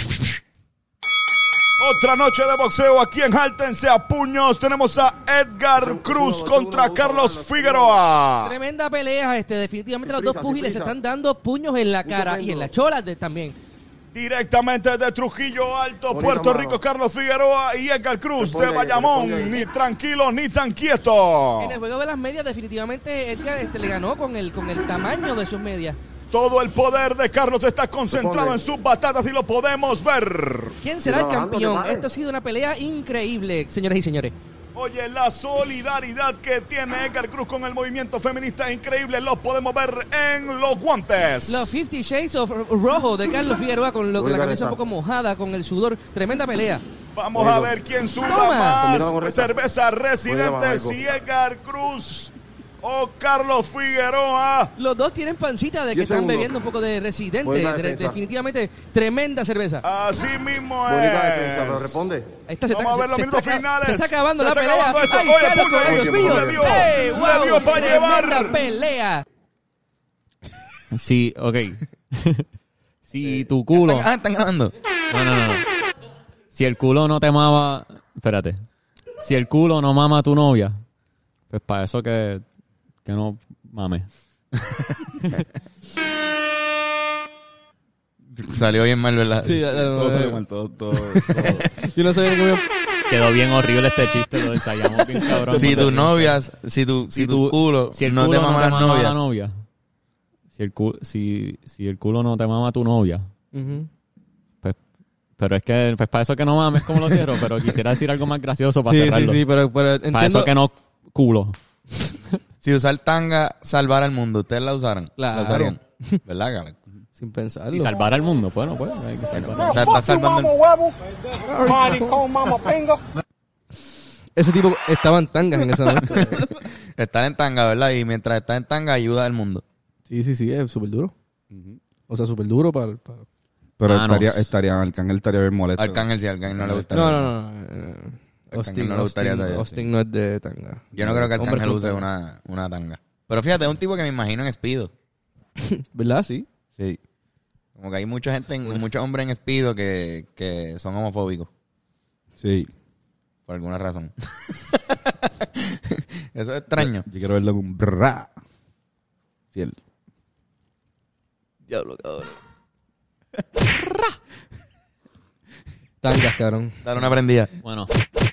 Otra noche de boxeo aquí en Jáltense a Puños. Tenemos a Edgar Cruz contra Carlos Figueroa. Tremenda pelea, este, definitivamente los dos púgiles se están dando puños en la cara y en las cholas de, también. Directamente de Trujillo Alto, Puerto Rico, Carlos Figueroa y Edgar Cruz de Bayamón. Ni tranquilo ni tan quieto. En el juego de las medias, definitivamente Edgar este, le ganó con el, con el tamaño de sus medias. Todo el poder de Carlos está concentrado en sus batatas y lo podemos ver. ¿Quién será el campeón? Esto ha sido una pelea increíble, señoras y señores. Oye, la solidaridad que tiene Edgar Cruz con el movimiento feminista es increíble. Lo podemos ver en los guantes. Los Fifty Shades of Rojo de Carlos Figueroa con, lo, con la camisa un poco mojada, con el sudor. Tremenda pelea. Vamos a ver quién suda Toma. más cerveza Residente, si Edgar Cruz o Carlos Figueroa. Los dos tienen pancita de que Diez están segundos. bebiendo un poco de Residente. Buena De- defensa. definitivamente tremenda cerveza. Así mismo Bonita defensa, pero es. responde. Ahí está, se Vamos está, a ver los se minutos está aca- finales. Se está acabando Se la está pelea. acabando esto. Ay, Oye, Carlos, puño, Dios le mío. dio, ¡Ey, le wow! dio pa' Tremenda llevar. pelea. Sí, ok. Si tu culo... Ah, están grabando. No, no, no. no. Si el culo no te mama... Espérate. Si el culo no mama a tu novia, pues para eso que, que no mames. Salió bien mal, ¿verdad? Sí, dale, dale, Todo dale. salió mal, todo, todo, todo. Yo no sabía ni cómo... Quedó bien horrible este chiste, lo ensayamos bien cabrón. Si porque- tu novia, si tu, si si tu tu- culo si el no culo te mama las a la novias, novia, si el culo, si, si el culo no te mama a tu novia, Ujú. pues, pero es que pues para eso que no mames como lo cierro, pero quisiera decir algo más gracioso para Sí, sí, cerrarlo. sí, pero, pero entiendo... Para eso que no culo. si usar tanga salvara al mundo, ¿ustedes la usaran? Claro. ¿La usarían? ¿Verdad, cabrón? Sin pensarlo. Y salvar al mundo, bueno, pues hay que salvar. O sea, está salvando el... Ese tipo estaba en tangas en esa noche. Estar en tanga, ¿verdad? Y mientras está en tanga, ayuda al mundo. Sí, sí, sí, es súper duro. O sea, súper duro para... para- Pero Manos. estaría, estaría, Arcángel estaría bien molesto. Arcángel, si a Arcángel no le gusta. No, no, no. no, eh, Al Austin, Arcángel no le gustaría Austin, tallar, Austin sí. no es de tanga. Yo no creo que Hombre Arcángel con use tanga. una, una tanga. Pero fíjate, es un tipo que me imagino en Speedo. ¿Verdad? Sí. Sí. Como que hay mucha gente, en- muchos hombres en Speedo que, que son homofóbicos. Sí. por alguna razón. Eso es extraño. Yo quiero verlo con un bra. Sí, él. Diablo, cabrón. Tangas, cabrón. Dale una prendida. Bueno,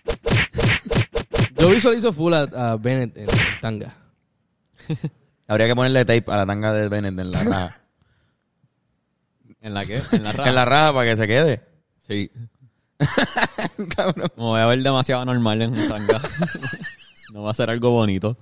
Yo visualizo full a, a Bennett en, en tanga. Habría que ponerle tape a la tanga de Bennett en la raja. ¿en la qué? En la raja. En la raja para que se quede. Sí. Cabrón. Me voy a ver demasiado normal en un tanga. No va a ser algo bonito.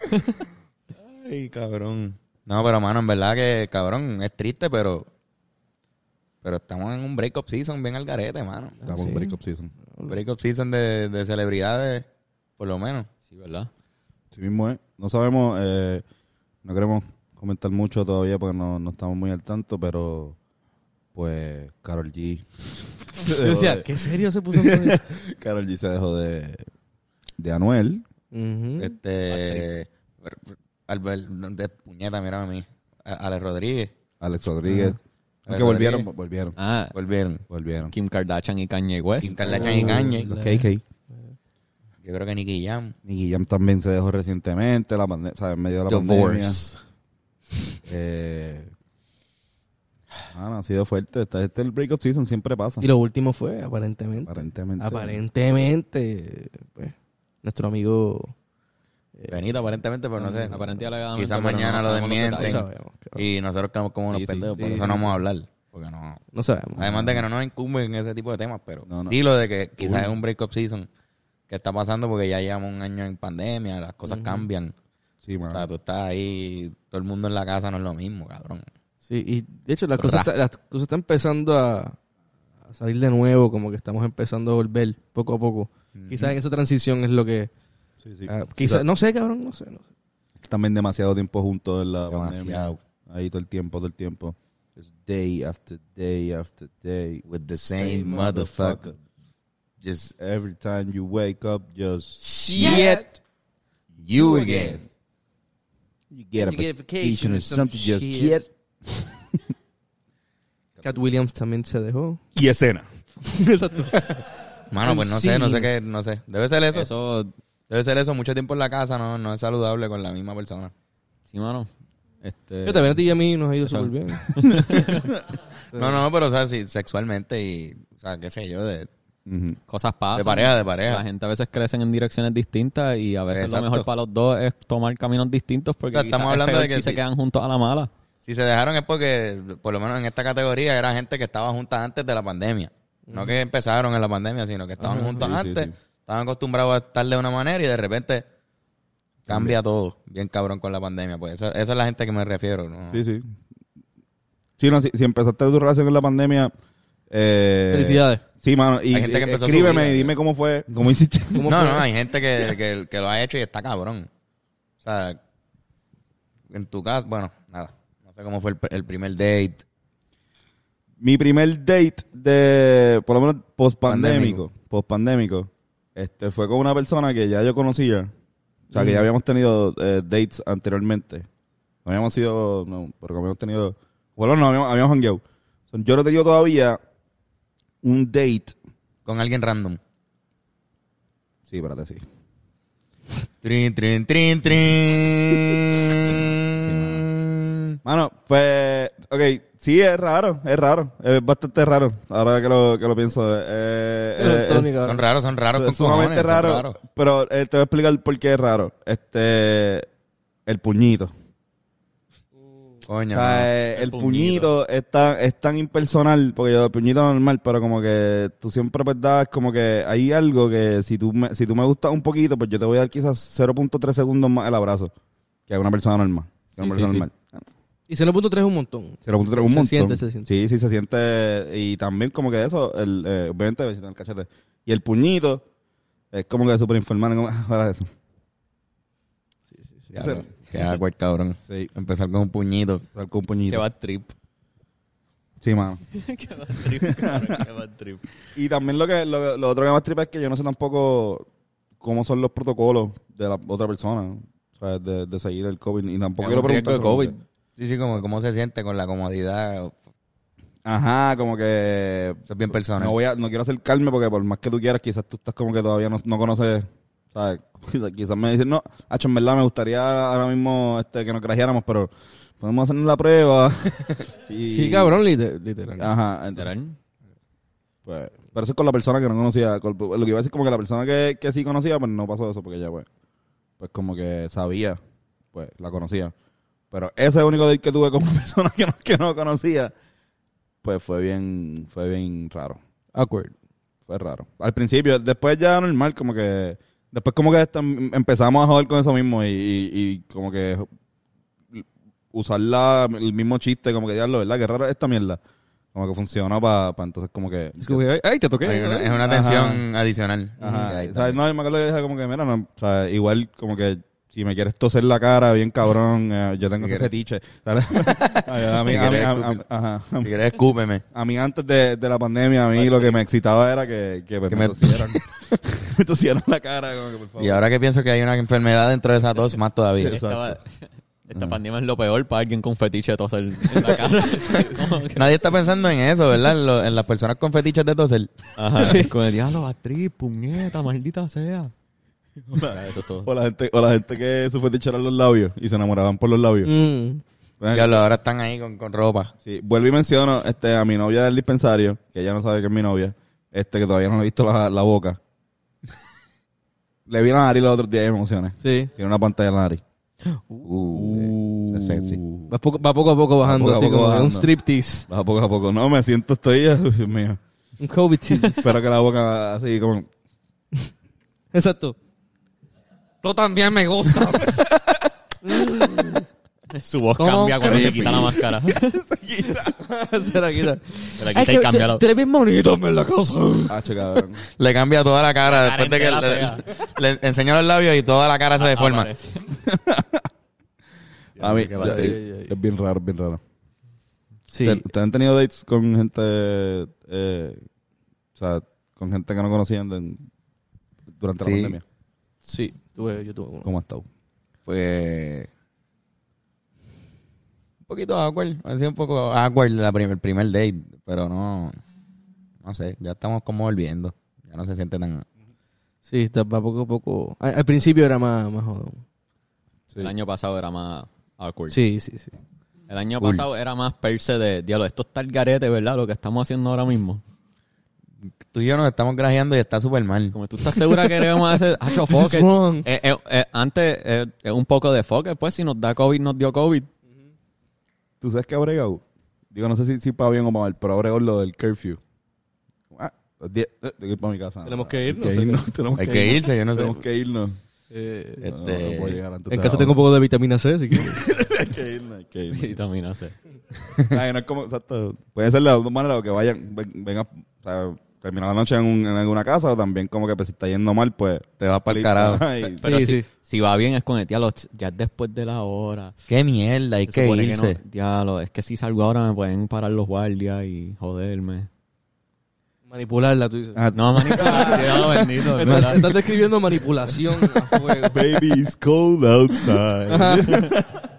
Ay, cabrón. No, pero mano, en verdad que, cabrón, es triste, pero... Pero estamos en un break-up season bien al garete, mano. Estamos en sí. un break-up season. Break-up season de, de celebridades, por lo menos. Sí, ¿verdad? Sí mismo es. No sabemos, eh, no queremos comentar mucho todavía porque no, no estamos muy al tanto, pero pues Karol G. se Yo dejó decía, de- ¿qué serio se puso? Ujú. Karol G se dejó de, de Anuel. Este... Albert, de puñeta, mira a mí. A- Alex Rodríguez. Alex Rodríguez. Alex que volvieron, Rodríguez. volvieron, Ah, Volvieron. volvieron. Kim Kardashian y Kanye West. Kim Kardashian y Kanye. Los K K. Yo creo que Nicky Jam. Nicky Jam también se dejó recientemente, la pande- o sea, en medio de la pandemia. Divorce. Eh, mano, ha sido fuerte. Este, este el break-up season siempre pasa. Y lo último fue, aparentemente. Aparentemente. Aparentemente, pues, nuestro amigo... Benito, aparentemente, pero no sé. Aparentemente, alegadamente, Quizás pero mañana no lo sabemos los desmienten. No detalles. sabemos. cabrón. Y nosotros quedamos como unos Sí, sí, pendejos, sí, por eso sí, no sí. vamos a hablar. Porque no... No sabemos. Además de que no nos incumben en ese tipo de temas, pero No, no. sí lo de que quizás es un break-up season que está pasando porque ya llevamos un año en pandemia, las cosas cambian. Sí, O mano. sea, tú estás ahí, todo el mundo en la casa no es lo mismo, cabrón. Sí, y de hecho las cosas, está- las cosas están empezando a, a salir de nuevo, como que estamos empezando a volver poco a poco. Quizás en esa transición es lo que... Sí, sí. ah, quizás, no sé, cabrón, no sé. No sé. También demasiado tiempo juntos en la Demasiado. pandemia. Ahí todo el tiempo, todo el tiempo. It's day after day after day. With the same motherfucker. Just Every time you wake up, just shit. You again. you get a You get vacation vacation or or some something, just shit. shit. Cat Williams también se dejó. Y escena. Exacto. Mano, pues no sé, no sé qué, no sé. Debe ser eso. Eso, Debe ser eso. Mucho tiempo en la casa no, no es saludable con la misma persona. sí, mano. Este, Yo también a ti y a mí nos ha ido Eso. súper bien. No, no, pero o sea, sí, sexualmente y, o sea, qué sé yo, de, Ujú. cosas pasan. de pareja, de pareja. La gente a veces crecen en direcciones distintas y a veces Exacto. lo mejor para los dos es tomar caminos distintos porque O sea, estamos quizás es hablando peor de que si sí. se quedan juntos a la mala. Si se dejaron es porque, por lo menos en esta categoría, era gente que estaba junta antes de la pandemia. No que empezaron en la pandemia, sino que estaban Ajá, juntos sí, sí, antes, sí. estaban acostumbrados a estar de una manera y de repente cambia todo, bien cabrón con la pandemia. Pues eso- esa es la gente que me refiero. ¿no? Sí, sí. Sí, no, si, si empezaste tu relación en la pandemia... Eh, Felicidades. Sí, mano. Y Hay gente que eh, empezó su escríbeme vida, y dime cómo fue, cómo hiciste. ¿Cómo No, fue? no, hay gente que, que, que lo ha hecho y está cabrón. O sea, en tu caso, bueno, nada. No sé cómo fue el, el primer date. Mi primer date de, por lo menos, post-pandémico, post-pandémico, este, fue con una persona que ya yo conocía. O sea, que ya habíamos tenido eh, dates anteriormente. No habíamos sido, no, pero que habíamos tenido, bueno, no, habíamos, habíamos hangueado. So, yo no he tenido todavía un date. Con alguien random. Sí, espérate, sí. Trin, trin, trin, trin. Mano, pues, ok, sí, es raro, es raro, es bastante raro, ahora que lo, que lo pienso. Eh, eh, Tony, es- cabrón. Son raros, son raros es con sumamente cojones, son raro, raros. pero eh, te voy a explicar por qué es raro. Este, el puñito. Coño, O sea, no. eh, el, El puñito, es, tan, es tan impersonal, porque yo el puñito normal, pero como que tú siempre pues das como que hay algo que si tú me, si tú me gustas un poquito, pues yo te voy a dar quizás cero punto tres segundos más el abrazo que a una persona normal. Que a una Sí, persona sí, normal. Y cero punto tres es un montón. cero punto tres un Se montón. siente, se siente. Sí, sí, se siente. Y también como que eso, el, eh, obviamente besito en el cachete. Y el puñito es como que súper informal. Como, ahora eso. Ya, Ese- bro. Qué awkward, cabrón. Sí, Empezar con un puñito. dar con un Que puñito. va trip. Sí, mano. Que va trip, cabrón, que va trip. Y también lo que lo, lo otro que más tripa es que yo no sé tampoco cómo son los protocolos de la otra persona. O sea, de, de seguir el COVID. Y tampoco Es quiero un riesgo preguntar. de COVID. Sí, sí, como cómo se siente con la comodidad. Ajá, como que... Eso es bien personal. No voy a, no quiero acercarme porque por más que tú quieras, quizás tú estás como que todavía no, no conoces, ¿sabes? Quizás me dicen, no, hacho, en verdad me gustaría ahora mismo este, que nos grajeáramos, pero podemos hacernos la prueba. y, Sí, cabrón, liter- literal. Ajá, entonces, Literal. pues, pero eso es con la persona que no conocía. Con- lo que iba a decir como que la persona que, que sí conocía, pues no pasó eso, porque ya, pues, pues como que sabía, pues, la conocía. Pero ese único date que tuve con una persona que no, que no conocía, pues fue bien, fue bien raro. Awkward. Fue raro. Al principio, después ya normal, como que... Después como que estam- empezamos a joder con eso mismo y, y, y como que usar la, el mismo chiste, como que diablo, ¿verdad? Qué raro es esta mierda. Como que funciona para pa entonces como que... Es como que, ay, ay, te toqué. Hay una- es una Ajá. atención adicional. Ajá. Ahí O está. sea, no, yo me acuerdo que dije como que, mira, no, o sea, igual como que si me quieres toser la cara bien cabrón, eh, yo tengo Si ese quieres. fetiche. ¿Sabes? a, mí, Si a, mí, quieres a, escupir. a- ajá. Si quieres, escúpeme. A mí antes de, de la pandemia, a mí lo que me excitaba era que, que, pues, Que me, me- tosieran. me tosieran la cara, como que por favor. Y ahora que pienso que hay una enfermedad dentro de esa tos, más todavía. Estaba- esta pandemia es lo peor para alguien con fetiche de toser en la cara. Como que- Nadie está pensando en eso, ¿verdad? En, lo- en las personas con fetiches de toser. Ajá. Con el diablo, actriz, puñeta, maldita sea. Ya, eso es todo. O la gente, o la gente que su fetiche eran los labios y se enamoraban por los labios. Mm. Pues, Diablo, ahora están ahí con, con ropa. sí, vuelvo y menciono este, a mi novia del dispensario, que ella no sabe que es mi novia, este que todavía no le he visto la, la boca. Le vi la nariz los otros días y me emocioné. Sí. Tiene una pantalla en la nariz. Uh, sí. Es sexy. Va poco, va poco a poco bajando, poco a así poco como que un bajando. striptease. Baja poco a poco. No, me siento, estoy, uy, Dios mío. Un COVID tease. Espero que la boca así como... Exacto. Tú también me gustas. Su voz ¿Cómo cambia cuando se creepy? quita la máscara. Se la quita. Se la quita y cambia la... Tú eres bien bonito, en la cosa. Ah, che, cabrón. Le cambia toda la cara La cara después de que entera le, le enseñó los labios y toda la cara se deforma. Aparece. A mí, Qué ya, parte. es, es bien raro, bien raro. Sí. ¿Ustedes ustedes han tenido dates con gente, eh, o sea, con gente que no conocían de- durante Sí. la pandemia? Sí. Tuve, yo tuve uno. ¿Cómo ha estado? Pues... Un poquito awkward. Ha sido un poco awkward la prim- el primer date. Pero no... No sé. Ya estamos como volviendo. Ya no se siente tan... Sí, está, va poco a poco. Al, al principio era más, más jodón. Sí. El año pasado era más awkward. Sí, sí, sí. El año Cool. pasado era más perse de diablo. Esto está el garete, ¿verdad? Lo que estamos haciendo ahora mismo. Tú y yo nos estamos grajeando y está súper mal. Como tú estás segura que queremos hacer. Hacho, fuck What's it. wrong? Eh, eh, eh, antes, eh, eh, un poco de fuck it, pues si nos da COVID, nos dio COVID. ¿Tú sabes qué ha bregado? Digo, no sé si, si para bien o para mal, pero ha bregado lo del curfew. Ah, los diez, eh, tengo que ir para mi casa. Tenemos que irnos, Hay ¿sí? irnos, tenemos Hay que que irnos. irse, yo no sé. Tenemos que irnos. Eh, No, no, Este, no puedo llegar antes en de casa las tengo un once. poco de vitamina C, así que... Hay que irnos, hay que irnos. Vitamina C. Ay, no es como, exacto. Puede ser de las dos maneras, o que vayan, ven- vengan, o sea, terminar la noche en, un- en alguna casa, o también como que pues, si está yendo mal, pues... Te vas para el carajo. Ay, Pero Sí, si, sí. si va bien es con el diablo, ya es después de la hora. Qué mierda, hay Se que supone irse. no- diablo, es que si salgo ahora me pueden parar los guardias y joderme. Manipularla, tú dices. ah, No, manito, diablo bendito. de Estás, verdad. estás describiendo manipulación a fuego. Baby, it's cold outside.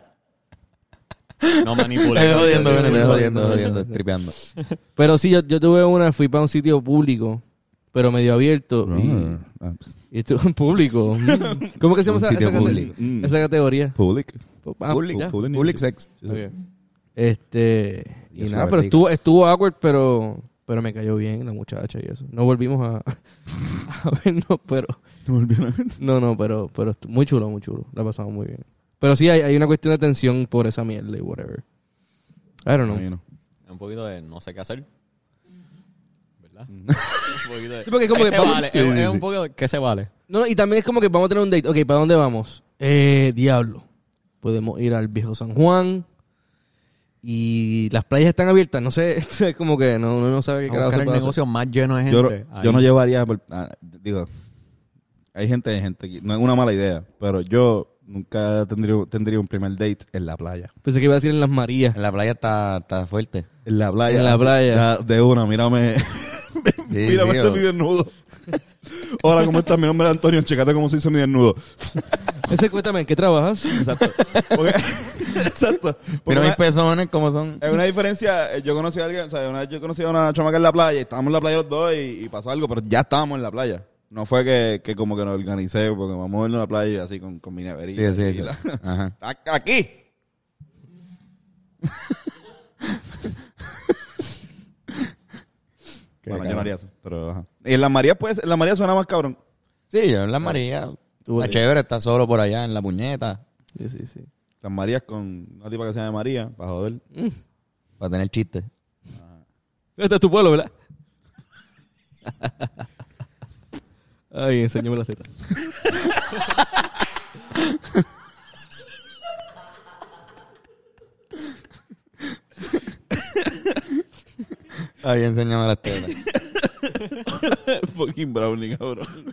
No manipula. Estoy jodiendo, Estoy estoy jodiendo, jodiendo, estoy jodiendo, jodiendo. tripeando. Pero sí, yo, yo tuve una, fui para un sitio público, pero medio abierto. Y, Ah, y estuve en público. Mm. ¿Cómo que se llama Un esa, sitio esa, público. categoría? Mm. esa categoría? Public. Ah, Public, ya. Public, Public sex. Sí, sí. Ok. Este, y Dios nada, la pero bendiga. estuvo, estuvo awkward, pero, pero me cayó bien la muchacha y eso. No volvimos a, a vernos, pero, No volvieron. no, no, pero, pero estu- muy chulo, muy chulo. La pasamos muy bien. Pero sí hay, hay una cuestión de tensión por esa mierda y whatever. I don't know. Imagino. Un poquito de no sé qué hacer. ¿Verdad? Mm. Un poquito de... Sí, porque es como ¿Qué que se vamos- vale? Sí, Es, sí, es sí. un poco de ¿qué se vale? No, y también es como que vamos a tener un date. Ok, ¿para dónde vamos? Eh, diablo. Podemos ir al viejo San Juan. Y las playas están abiertas. No sé, es como que no, uno no sabe qué A carajo buscar se el puede hacer. negocio más lleno de Yo, gente. yo no Ahí. llevaría, por- ah, digo, hay gente de gente, que- no es una mala idea, pero yo nunca tendría, tendría un primer date en la playa. Pensé que iba a decir en las Marías. En la playa está, está fuerte. En la playa. En la playa. Ya, de una, mírame. mírame sí, este o- mi desnudo. Hola, ¿cómo estás? Mi nombre es Antonio. Checate cómo soy semi desnudo. Ese, cuéntame, ¿en qué trabajas? Exacto. Porque, exacto. Porque Mira mis una- pezones, ¿cómo son? es una diferencia. eh, Yo conocí a alguien, o sea, una vez yo conocí a una chamaca en la playa y estábamos en la playa los dos y, y pasó algo, pero ya estábamos en la playa. No fue que, que como que nos organicé, porque vamos a vernos en la playa y así con, con mi neverita. Sí, sí, y sí. la- Ajá. A- Aquí. Qué Bueno, yo cabrón. no haría eso, pero ajá. Y en las Marías, pues, en las Marías suena más cabrón. Sí, yo en la María. Tú, Está chévere, está solo por allá en la puñeta. Sí, sí, sí. Las Marías con una tipa que se llama María, para joder. Para tener chistes. Este es tu pueblo, ¿verdad? Ay, enséñame la teta. Ahí enséñame las tetas. Fucking brownie, cabrón.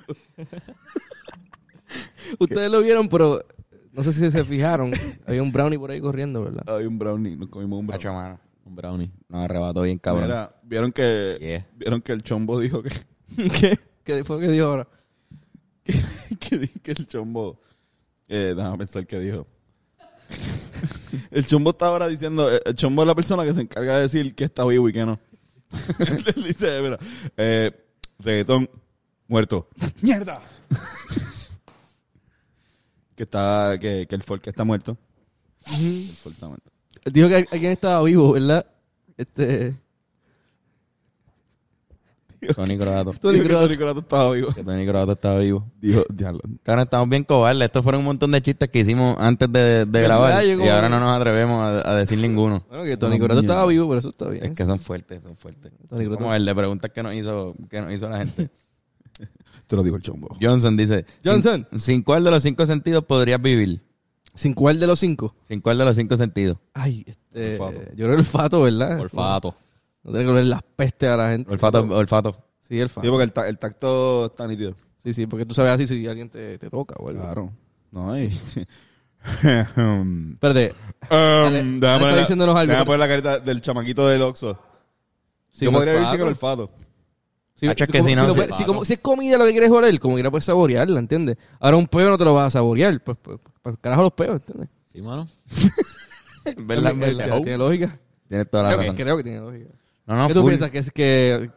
Ustedes lo vieron, pero no sé si se fijaron. Había un brownie por ahí corriendo, ¿verdad? Hay un brownie, nos comimos un brownie. Cacho, mano. Un brownie. Nos arrebató bien, cabrón. Mira, vieron que Yeah. vieron que el chombo dijo que ¿Qué? ¿Qué fue lo que dijo ahora? que, di- que el chombo eh, déjame pensar qué dijo. El chombo está ahora diciendo, eh, el chombo es la persona que se encarga de decir que está vivo y que no. Él dice, mira, eh, reggaetón muerto. ¡Mierda! que está, que, que el folk está muerto. El folk está muerto. Dijo que alguien estaba vivo, ¿verdad? Este... Tony Croato. Tony Dijo que Croato. Tony Croato estaba vivo. Que Tony Croato estaba vivo. Dijo, diablo. Claro, estamos bien cobardes. Estos fueron un montón de chistes que hicimos antes de, de grabar. llegó- Y ahora no nos atrevemos a, a decir ninguno. Bueno, que Tony Corato estaba vivo, pero eso está bien. Es que son fuertes, son fuertes. Tony Croato. Como el de preguntas que nos hizo, que nos hizo la gente. Te lo digo el chombo. Johnson dice... Johnson. ¿Sin, sin cuál de los cinco sentidos podrías vivir? ¿Sin cuál de los cinco? ¿Sin cuál de los cinco sentidos? Ay, este... Olfato. Yo creo que el olfato, ¿verdad? Olfato. No tiene que oler las pestes a la gente. Olfato, olfato. Sí, el Sí, olfato. porque el, ta- el tacto está nítido. Sí, sí, porque tú sabes así si alguien te, te toca o algo. Claro. No hay. Espérate. Um, Ale- déjame Ale está poner la- diciéndonos algo. déjame poner la carita del chamaquito del Oxxo. Sin Yo podría vivir sin el olfato. olfato. Si, Hacho, es que como- si no, lo si- puedes- si como- si es comida lo que quieres oler, como quiera puedes saborearla, ¿entiendes? Ahora un peo no te lo vas a saborear. Pues, pues, para el carajo los peos, ¿entiendes? Sí, mano. ¿Verdad? Tiene- ¿Verdad? ¿Tiene lógica? Tienes toda la Creo que, razón. creo que tiene lógica. No, no, ¿Qué tú full. piensas? Que es que...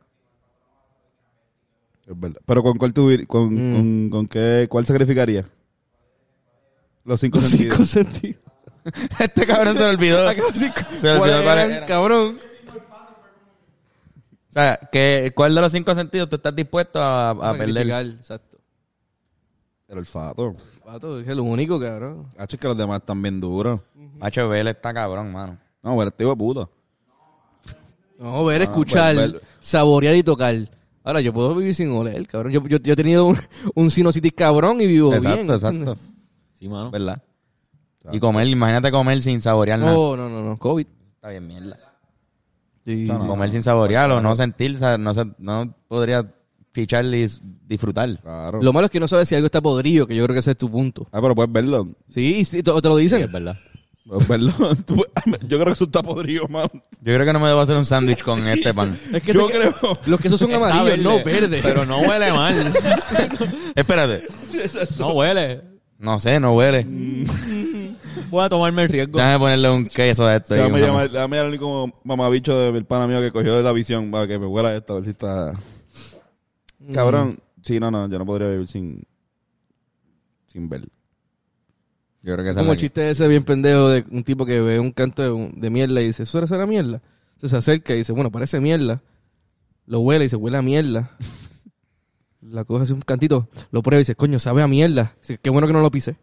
Es verdad. Pero ¿con cuál tú vir- con, Mm. con, con qué, cuál sacrificaría? Los cinco Los sentidos. cinco sentidos. Este cabrón se le olvidó. Acabo de decir, Se me olvidó ¿cuáles cuál eran, era. cabrón? O sea, ¿qué, ¿cuál de los cinco sentidos tú estás dispuesto a, a perder? Sacrificar, exacto. El olfato. Pato, es lo único, cabrón. Hacho, es que los demás están bien duros. H B L está cabrón, mano. No, pero este hijo de puta. No, ver, escuchar, ver, ver. saborear y tocar. Ahora, yo puedo vivir sin oler, cabrón. Yo, yo, yo he tenido un, un sinusitis cabrón y vivo Exacto, bien. exacto. ¿entiendes? Sí, mano. ¿Verdad? Y comer, imagínate comer sin saborear nada. No, no, no, no. COVID. Está bien, mierda. Sí, No, no. Comer sin saborear o no sentir, sa- no, se- no podría chichar y s- disfrutar. Claro. Lo malo es que no sabes si algo está podrido, que yo creo que ese es tu punto. Ah, pero puedes verlo. Sí, sí, te, te lo Sí, dicen. es verdad. Puedes verlo. Tú- yo creo que eso está podrido, mano. Yo creo que no me debo hacer un sándwich con este pan. Es que Yo te- creo. Los quesos son Está amarillos, verde, no verdes. Pero no huele mal. Espérate. No huele. No sé, no huele. Voy a tomarme el riesgo. Déjame ponerle un queso a esto. y Déjame una- llamar, déjame llamar como mamabicho del pana mío que cogió de la visión para que me huela esto, a ver si está... Cabrón. Sí, no, no, yo no podría vivir sin... Sin ver. Yo creo que Es esa es como la el chiste ese bien pendejo de un tipo que ve un canto de, un- de mierda y dice, ¿eso era esa mierda? Entonces se acerca y dice, bueno, parece mierda. Lo huele y dice, huele a mierda. La coge hace un cantito, lo prueba y dice, coño, sabe a mierda. Dice, qué bueno que no lo pise.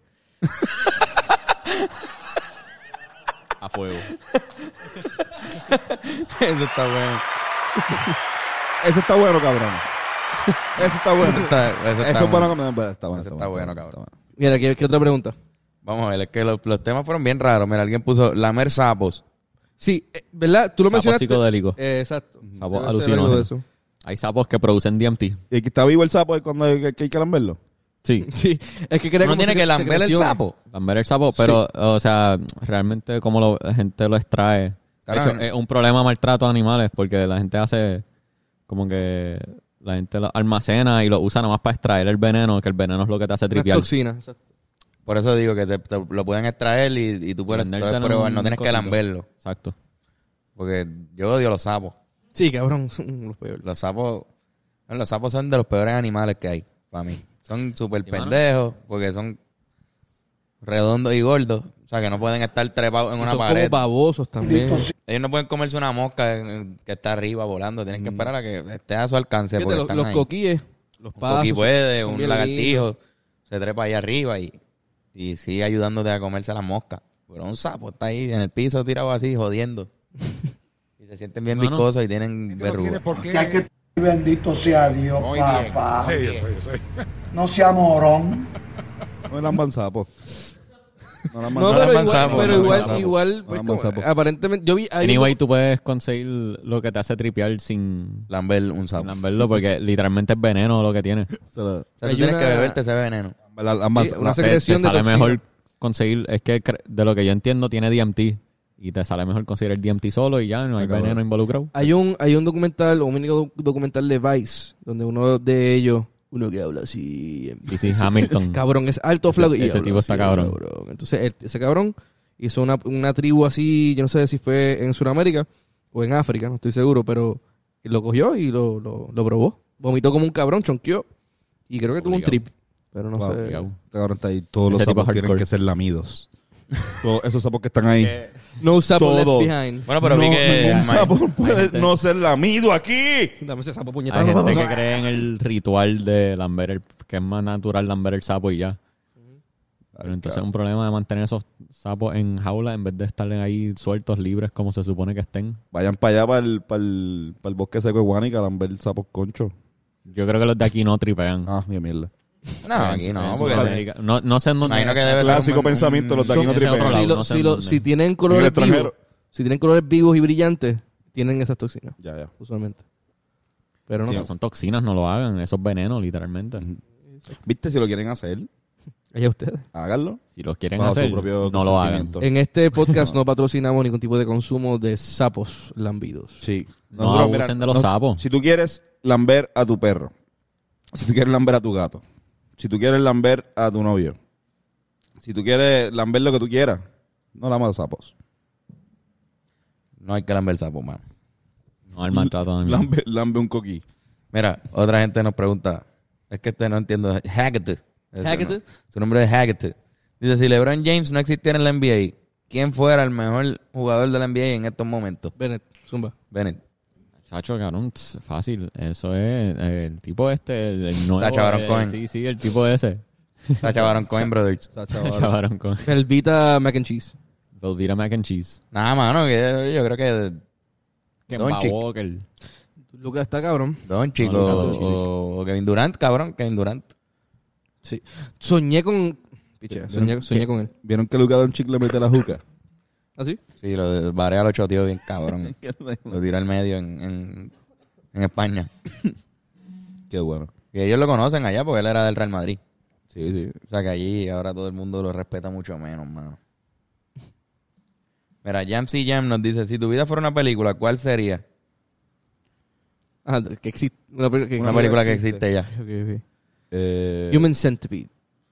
A fuego. Eso está bueno. Eso está bueno, cabrón. Eso está bueno. Eso está, eso está Eso es bueno. bueno. como- Está bueno, Eso está bueno, cabrón. está bueno. Mira, ¿qué, qué otra pregunta? Vamos a ver, es que los, los temas fueron bien raros. Mira, alguien puso lamer sapos. Sí, eh, ¿verdad? Tú lo Sapos mencionaste. psicodélicos. Eh, exacto. Sapos Debe ser alucinógenos. algo de eso. Hay sapos que producen D M T. ¿Y que está vivo el sapo es cuando hay que, que hay que lamberlo? Sí. Sí, es que crea Uno como tiene se- que lamber el secreciones. sapo. Lamber el sapo, pero, o sea, realmente como lo- la gente lo extrae. De Carajo. hecho, es un problema de maltrato a animales porque la gente hace como que la gente lo almacena y lo usa nada más para extraer el veneno, que el veneno es lo que te hace Unas tripear. toxinas, exacto. Por eso digo que te, te lo pueden extraer y, y tú puedes, puedes Vendértelo probar, en no tienes que cosito. lamberlo. Exacto. Porque yo odio los sapos. Sí, cabrón, son los peores. Los sapos, bueno, los sapos son de los peores animales que hay, para mí. Son súper Sí, mano. pendejos, porque son redondos y gordos. O sea, que no pueden estar trepados en Y una son pared. como babosos también. Ellos no pueden comerse una mosca en- que está arriba volando. Tienen que esperar a que esté a su alcance. Fíjate, porque los, están los ahí. coquíes, los Un pasos. coquí puede, son un bien lagartijo, lindos. se trepa ahí arriba y, y sigue ayudándote a comerse las moscas. Pero un sapo está ahí en el piso tirado así, jodiendo. Y se sienten bien Mano. viscosos y tienen verrugas. Que hay que bendito sea Dios, papá. No sea morón. No lamban sapo. No lamban No, No pero lamban igual, sapo, pero no igual, lamban sapo. igual, No pues, lamban como- sapo. aparentemente, yo vi, hay un- Anyway, tú puedes conseguir lo que te hace tripear sin Lamber un sapo. lamberlo porque literalmente es veneno lo que tiene. Se la- O sea, Hay tú tienes una- que beberte ese veneno. la- lamban- Sí, la- una Te, secreción te de sale toxina. mejor conseguir, es que cre- de lo que yo entiendo tiene D M T y te sale mejor conseguir el D M T solo y ya no hay Acabó. veneno involucrado. Hay un, hay un documental, un mini doc- documental de Vice, donde uno de ellos, uno que habla así, Sí, sí, Hamilton. cabrón, es alto, flaco. y ese habla tipo está así, cabrón. Entonces, el- ese cabrón hizo una, una tribu así, yo no sé si fue en Sudamérica o en África, no estoy seguro, pero lo cogió y lo, lo, lo probó. Vomitó como un cabrón, chonqueó. Y creo que tuvo un Obligado. trip. Pero no Wow. sé. Obligado. Este cabrón está ahí. Todos los Ese tipo sapos tienen hardcore. que ser lamidos. Todos esos sapos que están ahí. No sapo left Todo. behind. Bueno, pero no, vi que... ningún ma- sapo puede gente- no ser lamido aquí. Dame ese sapo Hay puñetado. gente que cree en el ritual de lamber el, que es más natural lamber el sapo y ya. Pero entonces es un problema de mantener esos sapos en jaula en vez de estar ahí sueltos, libres, como se supone que estén. Vayan para allá, para el, para el, para el bosque seco de Guánica, a lamber sapos conchos. Yo creo que los de aquí no tripean. Ah, mi mierda. No, aquí no, En porque... Sudamérica. No, no sé en dónde. Imagino que debe ser Clásico un- pensamiento, los de aquí son- no ese otro tripean. lado. Si, lo- no sé si, lo- dónde. si tienen En el colores extranjero. vivos, si tienen colores vivos y brillantes, tienen esas toxinas, Ya, ya. usualmente. Pero no Si sé. son toxinas, no lo hagan. Eso es veneno, literalmente. ¿Viste? Si lo quieren hacer, Allá ustedes. háganlo. Si los quieren Bajo su hacer, propio no lo hagan. consentimiento. En este podcast no patrocinamos ningún tipo de consumo de sapos lambidos. Sí. No Nosotros, abusen mira, de los no- sapos. Si tú quieres lamber a tu perro, si tú quieres lamber a tu gato, si tú quieres lamber a tu novio, si tú quieres lamber lo que tú quieras, no lamas los sapos. No hay que lamber sapo, mano. No al maltrato de animales. Lambe, lambe un coquí. Mira, otra gente nos pregunta, es que este no entiendo, Hackett. Ese, Hackett. ¿no? Su nombre es Hackett. Dice, si LeBron James no existiera en la N B A, ¿quién fuera el mejor jugador de la N B A en estos momentos? Bennett, zumba. Bennett. Chacho, cabrón, tss, fácil. Eso es eh, el tipo este, el, el nuevo. Sacha Baron eh, Cohen. Sí, sí, el tipo ese. Sacha Baron Cohen Brothers. Sacha Sacha Baron. Baron Cohen. Velvita mac and cheese. Velveeta mac and cheese. Nada, mano, que yo creo que Kemba Doncic. Walker. Lucas está cabrón. Don Chico No, Luka o, Doncic. o Kevin Durant, cabrón, Kevin Durant. Sí. Soñé con... Piche, soñé, soñé con él. ¿Vieron que Luka Doncic le mete la juca? ¿Ah, sí? Sí, lo de Barea lo choteó bien cabrón. Lo tiró al medio en, en, en España. Qué bueno. Y ellos lo conocen allá porque él era del Real Madrid. Sí, sí. O sea que allí ahora todo el mundo lo respeta mucho menos, mano. Mira, Jamsy Jam nos dice, si tu vida fuera una película, ¿cuál sería? Ah, que existe. Una, pe- que Una existe. película que existe ya. Ok, ok. Eh, Human Centipede.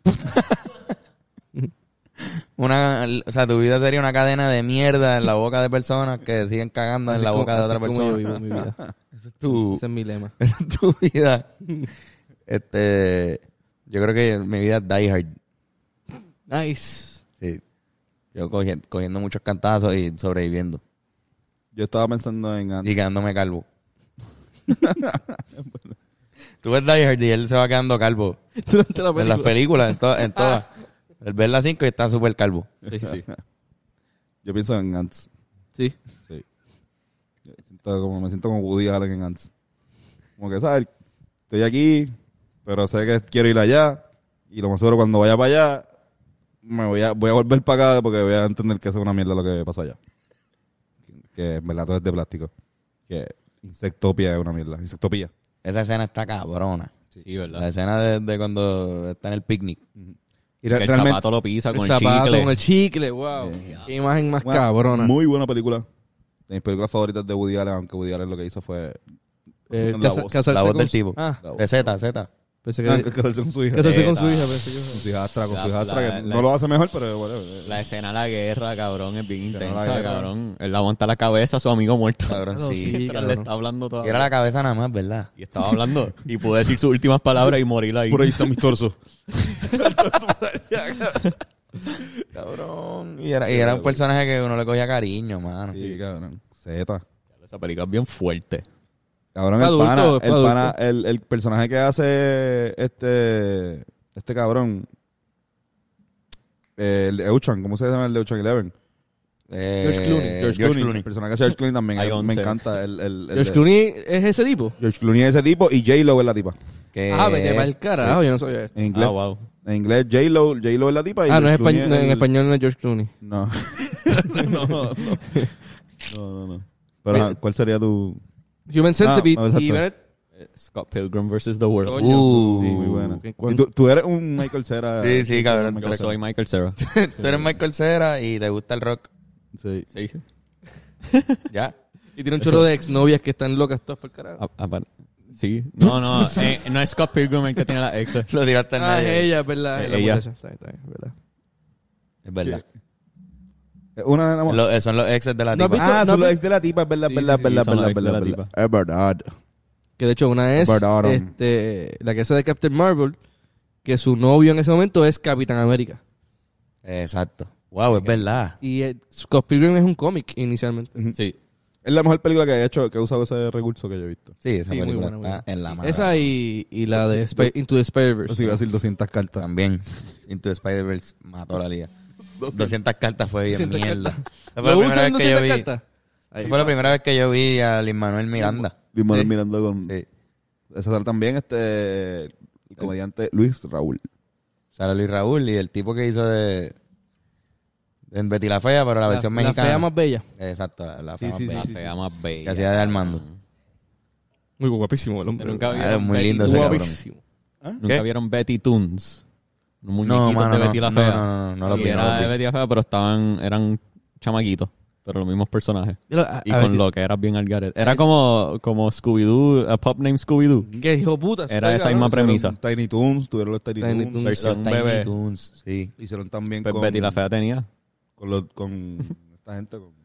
Una, o sea, tu vida sería una cadena de mierda en la boca de personas que siguen cagando en Así la como- boca de así otra como yo persona. vivo mi vida. Ese es tu, Ese es mi lema. esa es tu vida. Este, yo creo que mi vida es Die Hard. Nice. Sí. Yo cogi- cogiendo muchos cantazos y sobreviviendo. Yo estaba pensando en... Y quedándome calvo. Tú ves Die Hard y él se va quedando calvo. Durante la En las película. películas, en, to- en todas. Él ve las cinco y está súper calvo. Sí, sí. Yo pienso en Ants. Sí. Sí. Yo siento como, me siento como Woody Allen en Ants. Como que, ¿sabes? Estoy aquí, pero sé que quiero ir allá. Y lo más seguro cuando vaya para allá, me voy a, voy a volver para acá porque voy a entender que eso es una mierda lo que pasó allá. Que en verdad todo es de plástico. Que Insectopia es una mierda. Insectopía. Esa escena está cabrona. Sí, ¿verdad? La escena de, de cuando está en el picnic. Y Que re- el realmente, zapato lo pisa El con el, zapato chicle. con el chicle, wow. Qué imagen más una cabrona. muy buena película. De mis películas favoritas de Woody Allen, aunque Woody Allen lo que hizo fue... Eh, la casa- voz. casarse La voz con del su- tipo. Ah, La voz. De Z, Z. Pensé que... No, que casarse con su hija. casarse Eh, con su la- hija, pensé que... Con su hijastra, con La- su hijastra, la- que la- no lo hace mejor, pero bueno. La escena de la guerra, cabrón, es bien escena de la intensa, guerra. cabrón. Él le aguanta la cabeza a su amigo muerto. Cabrón, Claro, sí. sí. Mientras cabrón. le está hablando todo. Y era la cabeza nada más, ¿verdad? Y estaba hablando. Y pudo decir sus últimas palabras y morir ahí. Por ahí está mi torso. Cabrón. Y era, y era un personaje que uno le cogía cariño, mano. Sí, cabrón. Zeta. Esa película es bien fuerte. Cabrón, Pa' el adulto, pana, pa' el, adulto. pana el, el personaje que hace este este cabrón, eh, el de Euchan, ¿cómo se llama el de Ocean Eleven? Eh, George Clooney. George, Clooney. El personaje que hace George Clooney también Hay eh, me once. encanta. El, el, el George de- Clooney es ese tipo. George Clooney es ese tipo y J-Lo es la tipa. Que, Ah, me quema el carajo, yo no sabía esto. En inglés, Ah, wow. en inglés J-Lo, J-Lo es la tipa y Ah, no es George Clooney español, no, en el- español no es George Clooney. No. no, no, no. No, no, no. Pero, ajá, ¿cuál sería tu...? Human Centipede Ah, exacto. y Bennett. Eh, Scott Pilgrim versus The World. Coño. Uh, Sí, muy buena. ¿qué- Y cuál? tú, tú eres un Michael Cera. Sí, sí, cabrón. Michael Yo Cera. soy Michael Cera. Tú eres Michael Cera y te gusta el rock. Sí. Sí. ¿Ya? Y tiene un chorro de exnovias que están locas todas por carajo. A- apar- sí. No, no. eh, no es Scott Pilgrim el que tiene la ex. Lo tiraste en Ah, es medio. ella, es verdad. Eh, es la ella. muchacha. Está bien, está bien, es verdad. Es verdad. Una nada más. Lo- eh, son los exes de la No has tipa. visto- Ah, no son has los vi- ex de la tipa, es verdad, Sí, verdad, sí, verdad, son los verdad, ex de verdad, la verdad. tipa. Es verdad. Que de hecho una es Verdad. este, la que hace de Captain Marvel, que su novio en ese momento es Capitán América. Exacto. Wow, es verdad. Y eh, Scott Pilgrim es un cómic inicialmente. Sí. Es la mejor película que he hecho, que ha usado ese recurso que yo he visto. Sí, esa Sí, muy película buena, muy está buena. en la madre. Esa y, y la de Sp- Into the O Spider-Verse. sea, iba a decir doscientas cartas. También. Into the Spider-Verse mató la liga. doscientas cartas fue bien doscientas mierda. cartas. Esa fue ¿Lo la primera usan en vez que yo doscientas vi. cartas? Ahí. Esa fue la primera vez que yo vi a Lin-Manuel Miranda. Luis Manuel Sí. mirando con... Sí. Esa sale también este... El comediante Luis Raúl. Sale Luis Raúl y el tipo que hizo de... En Betty la Fea, pero la, versión la mexicana. fea más bella. Exacto, la, la Sí, fea más sí, bella. La sí, fea más bella. Que hacía de Armando. Muy guapísimo el hombre. Pero nunca Ah, vieron es muy Betty lindo ese Toons. cabrón. Guapísimo. Nunca ¿Qué? vieron Betty Toons. Los No, muñequitos mano, de no. Betty la No, Fea. no, no, no, no los Y vi, no era los vi. de Betty la Fea, pero estaban, eran chamaquitos. Pero los mismos personajes. A- Y a con ver, lo que era bien al garete. Era como, como Scooby-Doo, a pop name Scooby-Doo. ¿Qué hijo puta? Era esa Cabrón. misma premisa. Tuvieron Tiny Toons, tuvieron los Tiny, Tiny Toons. Toons. Versión Los Tiny bebé. Toons, sí. Hicieron también Pues con... Betty la Fea tenía. Con, los, con esta gente, con...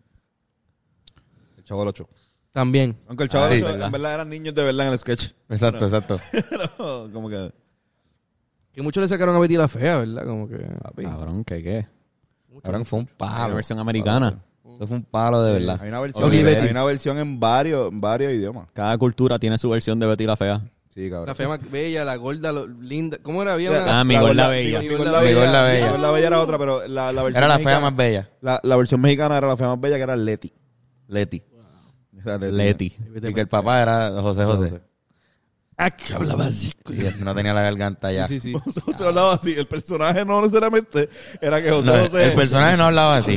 El Chavo del Ocho. También. Aunque el Chavo Ah, del sí, Ocho, verdad. en verdad, eran niños de verdad en el sketch. Exacto, exacto. Pero, como que... Que muchos le sacaron a Betty la fea, ¿verdad? Como que... Papi, Cabrón, ¿qué qué? Cabrón, fue un Ah, la palo. versión americana. Eso fue un palo de verdad. Hay una versión, Ugly hay, Betty. una versión en varios, en varios idiomas. Cada cultura tiene su versión de Betty la Fea. Sí, cabrón. La fea más bella, la gorda, lo- linda. ¿Cómo era? Había una... Ah, mi gorda bella. Mi Mi gorda gorda bella. bella. Mi gorda bella era otra, pero la, la versión Era la fea mexicana- más bella. La, la versión mexicana era la fea más bella, que era Leti. Leti. Era Leti. Y que el papá era José José. Ah, que hablaba así. Y no tenía la garganta ya. Sí, sí. Se hablaba así. El personaje no necesariamente era que José No, José... el personaje no hablaba así.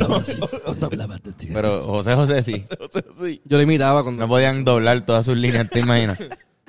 Pero José José sí. José, sí. Yo le imitaba cuando... No podían doblar todas sus líneas, ¿te imaginas?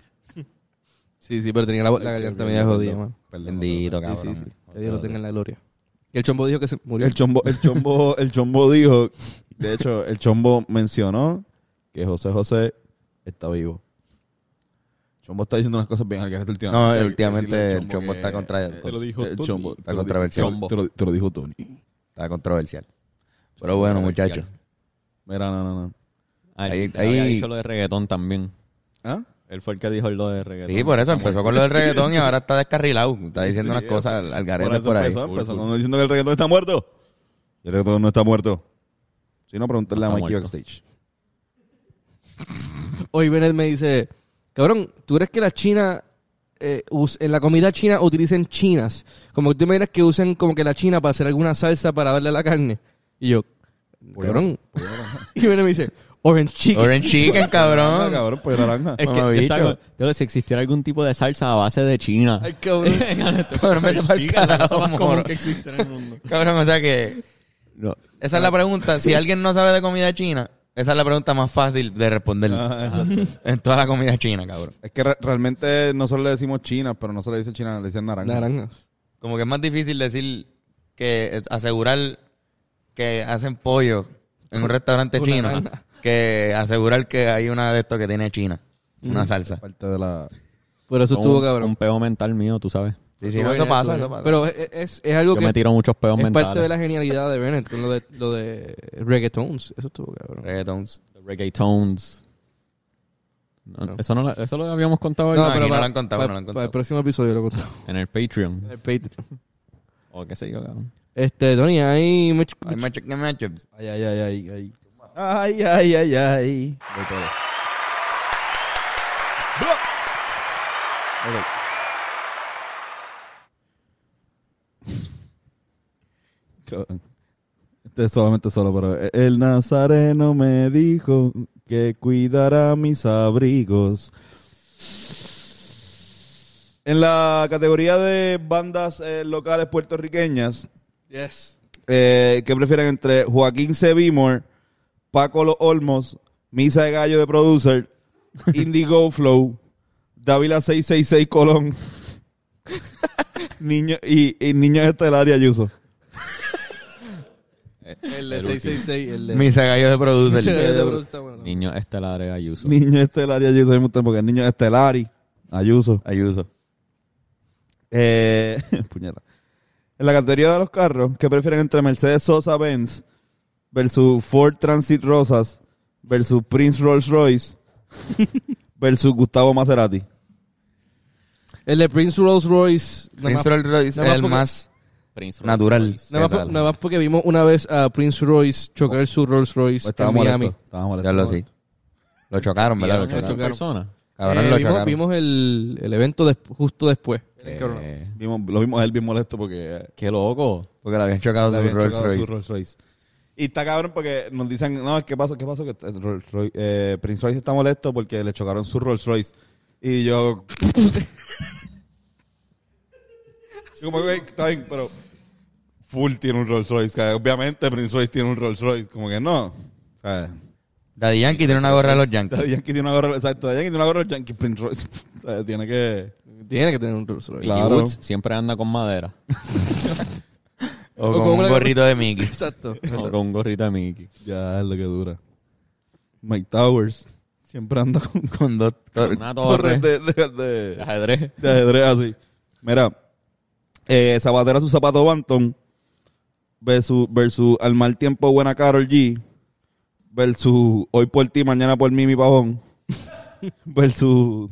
Sí, sí, pero tenía la, la garganta media jodida, man. Perdón, Bendito, Sí, cabrón. sí, sí. Que Dios lo tenga en la gloria. Que el chombo dijo que se murió. El chombo, el chombo, el chombo dijo, de hecho, el chombo mencionó que José José está vivo. Chombo está diciendo unas cosas bien al garete últimamente. No, Hay que últimamente decirle al el chombo que- está contra... Te lo dijo el Tony. chombo. Está te lo dijo- controversial. Te lo, te lo dijo Tony. Está controversial. Pero bueno, Controversial. muchachos. Mira, no, no, no. Ahí, Ahí- ahí, había ahí- dicho lo de reggaetón también. ¿Ah? Él fue el que dijo lo de reggaetón. Sí, por eso empezó con lo del reggaetón y ahora está descarrilado. Está diciendo Sí, unas cosas al, al Por garete eso por ahí. empezó, empezó con diciendo que el reggaetón está muerto. Y el reggaetón no está muerto. Si no, pregúntale No a está Mikey muerto. Backstage. Hoy Bennett me dice, cabrón, ¿tú crees que la China, eh, us- en la comida china utilicen chinas? Como que tú me dirás que usen como que la china para hacer alguna salsa para darle a la carne. Y yo, cabrón. Y Bennett me dice, orange chicken. Orange chicken, Ah, cabrón. cabrón, pues naranja. Es que Mamá yo bicho. estaba- yo, si existiera algún tipo de salsa a base de China. Ay, cabrón. Cabrón, vete pa'l Chica, la cosa carajo, más común moro. que existe en el mundo. Cabrón, o sea que... No. Esa es la pregunta. Si alguien no sabe de comida china, esa es la pregunta más fácil de responder Ah, exacto. en toda la comida china, cabrón. Es que re- realmente nosotros le decimos China, pero no se le dice China, le dicen naranja. Naranjas. Como que es más difícil decir que es- asegurar que hacen pollo en un restaurante Con chino naranja. que asegurar que hay una de estos que tiene china, una salsa. Parte de la... Pero eso Con estuvo un, cabrón. un peo mental mío, tú sabes. Sí, sí, no, eso pasa, eso pasa. Pero es, es, es algo Yo que me tiro muchos peos es mentales. parte de la genialidad de Bennett con lo de, lo de reggaetons. Eso estuvo cabrón. Reggaetons. Reggaetones. No, No. Eso, no lo- eso lo habíamos contado No, ahí aquí no para- lo han contado, para- no lo han Para contado. el próximo episodio lo contamos. en el Patreon. En el Patreon. O qué sé yo, cabrón. Este, Tony, hay mucho... Hay matchup, ¿qué matchups? Ay, ay, ay, ay, ay. Ay, ay, ay, ay. Voy todo. Ok. Cabrón. Este es solamente solo, pero el nazareno me dijo que cuidara mis abrigos. En la categoría de bandas eh, locales puertorriqueñas, Yes. eh, ¿qué prefieren entre Joaquín C. Bimore, Paco Los Olmos, Misa de Gallo de Producer, Indigo Flow, Dávila seiscientos sesenta y seis Colón, Niño, y, y Niños Estelar y Ayuso? El de seiscientos sesenta y seis, el de... Misa gallo de producer. Ese de Bruce está bueno. Niño estelares Ayuso. Niños Estelar y Ayuso, me gusta porque Niños Estelar y Ayuso. Ayuso. Eh, puñeta. En la categoría de los carros, ¿qué prefieren entre Mercedes Sosa Benz versus Ford Transit Rosas versus Prince Rolls Royce versus Gustavo Maserati? El de Prince Rolls Royce. nada más- Prince Rolls Royce nada es el porque- más Prince Rolls natural. Royce. Nada más, Esa- por- nada más porque vimos una vez a Prince Royce chocar su Rolls Royce Estaba en molesto. Miami. Estaba molesto. Ya lo sí. Lo chocaron, ¿verdad? Lo ¿Vieron eso en chocaron. persona? Cabrón, Eh, lo vimos, chocaron. vimos el, el evento des- justo después. Cabrón. Eh, Vimos, lo vimos a él bien molesto porque eh, qué loco. Porque le habían chocado le su habían Rolls chocado su Royce. Rolls Royce. Y está cabrón porque nos dicen, no, ¿qué pasó? ¿Qué pasó? Que el Rolls Royce- eh, Prince Royce está molesto porque le chocaron su Rolls Royce. Y yo... como que está bien, pero... Full tiene un Rolls Royce. Que obviamente Prince Royce tiene un Rolls Royce. Como que no. O sea, Daddy Yankee tiene una gorra de los Yankees. Daddy Yankee tiene una gorra... Exacto, Daddy Yankee tiene una gorra de Yankee. Prince Royce... O sea, tiene que... Tiene que tener un Rolls Royce. Mickey Claro. Woods siempre anda con madera. O, O con con un una- gorrito de Mickey. Exacto. o con un gorrito de Mickey. Ya es lo que dura. Mike Towers. Siempre anda con... Con dos Con una torre torres de, de, de- de ajedrez. de ajedrez así. Mira, eh, Zapatera su zapato Banton versus, versus Al mal tiempo buena Karol G versus Hoy por ti, mañana por mí, mi pavón versus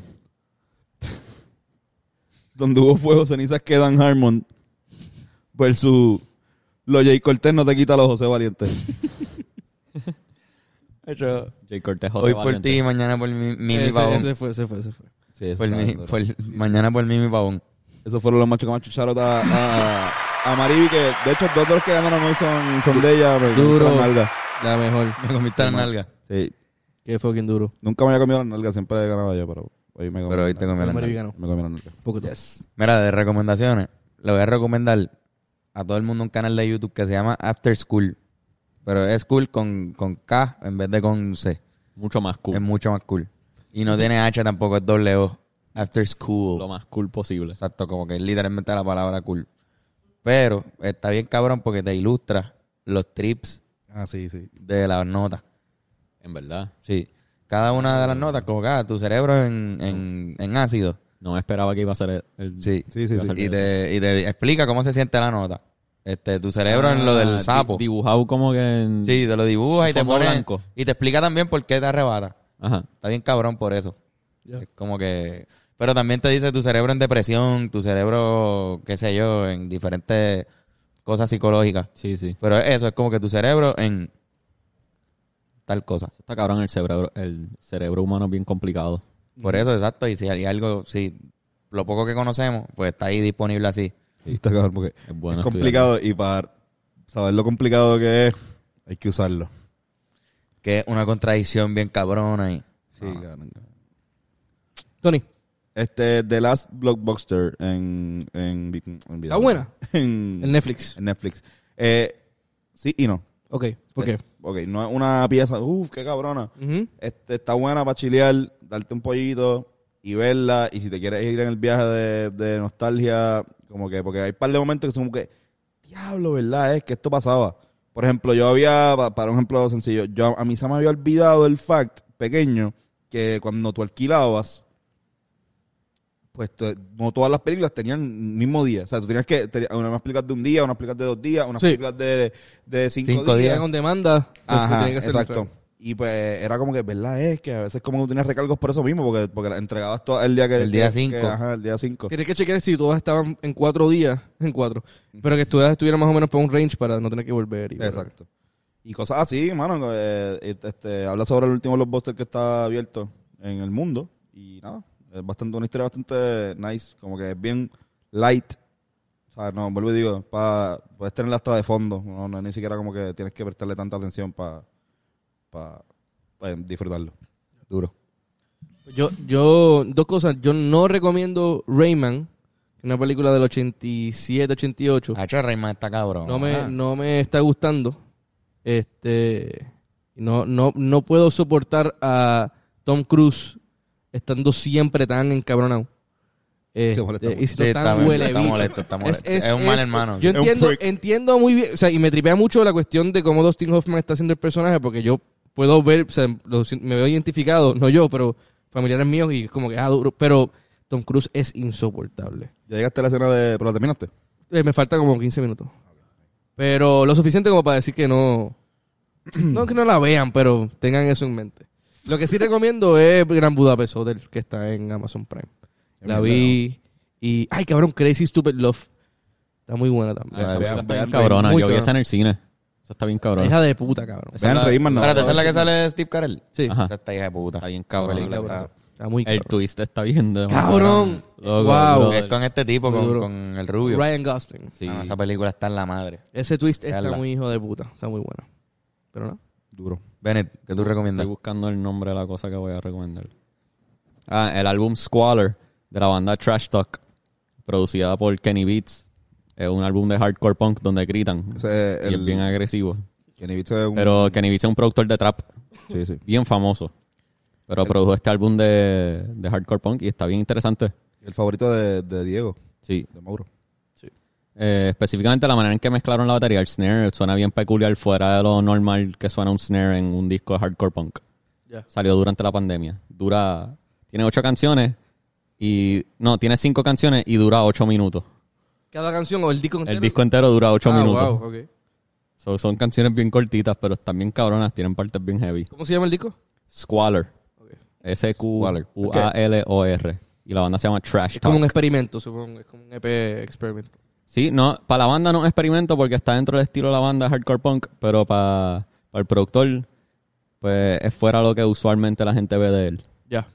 Donde hubo fuego, cenizas quedan Harmon versus Los Jay Cortés no te quita los José Valiente. Hecho, Jay Cortés, José hoy por Valiente. ti, mañana por mí, mi, mi Ese, pavón. ese fue, ese fue, ese fue. Sí, eso, Por está mí, duro. por- mañana por mí, mi pavón. Esos fueron los machos que más chucharon a, a, a Mariby, que de hecho dos de los que ganaron hoy son, son de ella. Me Duro. comiste las nalgas. La mejor. Me comiste la nalga. Sí. Qué fucking duro. Nunca me había comido las nalgas, siempre he ganado yo, pero hoy me comí. Pero hoy las te nalgas. comí la Mari nalga. ganó. Me comí las nalgas. Poco todo. Mira, de recomendaciones, le voy a recomendar a todo el mundo un canal de YouTube que se llama After School. Pero es cool con, con K en vez de con C. Mucho más cool. Es mucho más cool. Y no tiene H tampoco, es doble O. After School. Lo más cool posible. Exacto, como que es literalmente la palabra cool. Pero está bien cabrón porque te ilustra los trips Ah, sí, sí. de las notas. En verdad. Sí. Cada una de las notas, como que ah, tu cerebro en, en, en ácido. No me esperaba que iba a ser el... el- Sí. Sí, sí, iba a sí. ser Y el- te, y te explica cómo se siente la nota. Este, tu cerebro en lo Ah, del di- sapo. Dibujado como que en... Sí, te lo dibuja y te fondo pone blanco. y te explica también por qué te arrebata. Ajá. Está bien cabrón por eso. Ya. Es como que... Pero también te dice tu cerebro en depresión, tu cerebro, qué sé yo, en diferentes cosas psicológicas. Sí, sí. Pero eso es como que tu cerebro en tal cosa. Está cabrón el cerebro. El cerebro humano es bien complicado. Por eso, exacto. Y si hay algo, si lo poco que conocemos, pues está ahí disponible así. Está cabrón porque Es bueno es estudiar. complicado y para saber lo complicado que es, hay que usarlo. Que es una contradicción bien cabrona y... Sí, cabrón. Tony, Este, The Last Blockbuster en... en, en ¿está buena? En, En Netflix. en Netflix. Eh, sí y no. Ok, ¿por qué? Eh, ok, no es una pieza, uff, qué cabrona. Ujú. Este, está buena para chilear, darte un pollito y verla. Y si te quieres ir en el viaje de, de nostalgia, como que, porque hay un par de momentos que son como que, diablo, ¿verdad? Es que esto pasaba. Por ejemplo, yo había, pa- para un ejemplo sencillo, yo a mí se me había olvidado el fact pequeño que cuando tú alquilabas, pues to- no todas las películas tenían mismo día. O sea, tú tenías que, tenías unas películas de un día, unas películas de dos días, unas Sí. películas de, de cinco, Cinco días. días. Llegan con demanda. pues, se Ajá, tiene que hacer exacto. otra. Y pues era como que, ¿verdad? Es que a veces como que tenías recargos por eso mismo, porque, porque las entregabas todo el día que... El día que- cinco. que- ajá, el día cinco. Tienes que chequear si todas estaban en cuatro días, en cuatro. Pero que todas estuvieran más o menos por un range para no tener que volver. Y Exacto. Y cosas así, mano. Eh, este, habla sobre el último blockbuster que está abierto en el mundo. Y nada, es bastante una historia bastante nice. Como que es bien light. O sea, no, vuelvo y digo, pa, puedes tenerla hasta de fondo. No, no es ni siquiera como que tienes que prestarle tanta atención para pa, pa disfrutarlo. Duro. Yo, yo, dos cosas. Yo no recomiendo Rayman, una película del ochenta y siete, ochenta y ocho. Hacho, Rayman está cabrón. No me, Ah. no me está gustando. Este, no, no, no puedo soportar a Tom Cruise estando siempre tan encabronado. Este, molesta mucho. y siendo Sí, tan está, huele está bicho. molesto, está molesto. Es, un mal hermano. Yo Es un entiendo, prick. entiendo muy bien, o sea, y me tripea mucho la cuestión de cómo Dustin Hoffman está haciendo el personaje, porque yo puedo ver, o sea, lo- me veo identificado, no yo, pero familiares míos, y es como que, ah, duro, pero Tom Cruise es insoportable. Ya llegaste a la escena de... ¿Pero la terminaste? Eh, me falta como quince minutos. Pero lo suficiente como para decir que no... no que no la vean, pero tengan eso en mente. Lo que sí recomiendo es Gran Budapest Hotel, que está en Amazon Prime. La vi y... ¡Ay, cabrón! Crazy Stupid Love. Está muy buena también. Esa vean, película está vean, bien cabrona. muy Yo vi cabrón. esa en el cine. Esa está bien cabrona. Hija de puta, cabrón. Esa Vean es la- Rayman, no. Espérate, ¿esa es la que sale Steve Carell? Sí. Ajá. Esa está hija de puta. Está bien La cabrón. película Cabrón. está- Está muy El cabrón. twist está bien de ¡Cabrón! Loco, Wow. brother. Es con este tipo, Muy con, duro. con el rubio. Ryan Gosling. Sí. Ah, esa película está en la madre. Ese twist está Veanla. muy hijo de puta. Está muy bueno. Pero no. Duro. Bennett, ¿qué tú recomiendas? Estoy buscando el nombre de la cosa que voy a recomendar. Ah, el álbum Squalor de la banda Trash Talk, producida por Kenny Beats. Es un álbum de hardcore punk donde gritan. Ese es Y el... es bien agresivo. Kenny Beats es un... Pero Kenny Beats es un productor de trap Sí, sí. bien famoso. Pero produjo este álbum de, de hardcore punk y está bien interesante. El favorito de, de Diego, Sí. de Mauro. Eh, específicamente la manera en que mezclaron la batería, el snare suena bien peculiar fuera de lo normal que suena un snare en un disco de hardcore punk. Ya. Salió durante la pandemia. Dura, tiene ocho canciones y no, tiene cinco canciones y dura ocho minutos. ¿Cada canción o el disco entero? El disco entero dura ocho Ah, minutos. wow, ok. So, son canciones bien cortitas, pero están bien cabronas, tienen partes bien heavy. ¿Cómo se llama el disco? Squalor. Ok. S Q U A L O R. Y la banda se llama Trash Es como un Talk. experimento, supongo. Es como un E P experimento. Sí, no, para la banda no es un experimento porque está dentro del estilo de la banda hardcore punk, pero para el productor, pues es fuera lo que usualmente la gente ve de él. Ya.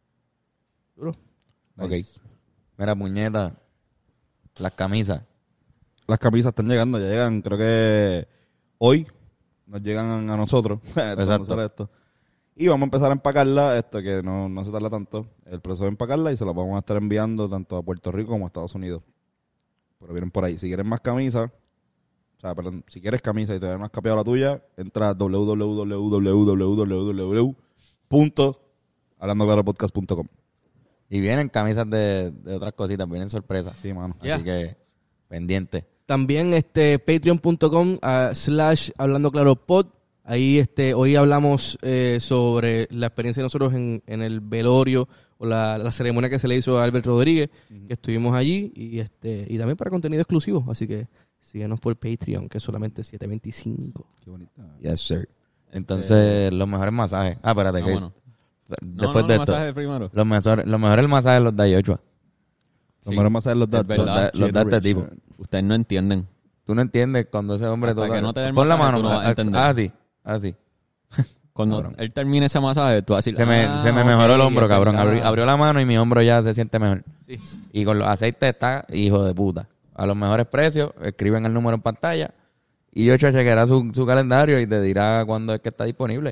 Duro. Ok. Nice. Mira, puñeta. Las camisas. Las camisas están llegando, ya llegan, creo que hoy nos llegan a nosotros. cuando Exacto. sale esto. Y vamos a empezar a empacarla, esto que no, no se tarda tanto, el proceso de empacarla y se las vamos a estar enviando tanto a Puerto Rico como a Estados Unidos. Pero vienen por ahí. Si quieres más camisas, o sea, perdón, si quieres camisa y todavía no has capeado la tuya, entra a w w w w w punto hablando claro podcast punto com. Y vienen camisas de, de otras cositas, vienen sorpresas. Sí, mano. Ya. Así que, pendiente. También este patreon.com uh, slash hablando claro pod. Ahí este hoy hablamos eh, sobre la experiencia de nosotros en, en el velorio o la, la ceremonia que se le hizo a Albert Rodríguez, uh-huh. que estuvimos allí y este y también para contenido exclusivo. Así que síguenos por Patreon, que es solamente siete veinticinco. Qué bonita. Yes, sir. Entonces, los mejores masajes. Ah, espérate, Ah, que bueno. después no, de no, esto. masaje primero. Los mejores, los mejores masajes los da Yochua. Los Sí, mejores masajes los da es verdad. Los da este tipo. Ustedes no entienden. Tú no entiendes cuando ese hombre Hasta toca- que no te dé el Pon la masaje, mano. tú no vas a ah, entender. Ah, sí. Ah, sí. Cuando Cabrón. él termine ese masaje, tú vas a decir... Se me, "Ah, se me ok, mejoró el hombro, es cabrón. verdad". Abrió, abrió la mano y mi hombro ya se siente mejor. Sí. Y con los aceites está hijo de puta. A los mejores precios, escriben el número en pantalla y Yochua chequeará su, su calendario y te dirá cuándo es que está disponible.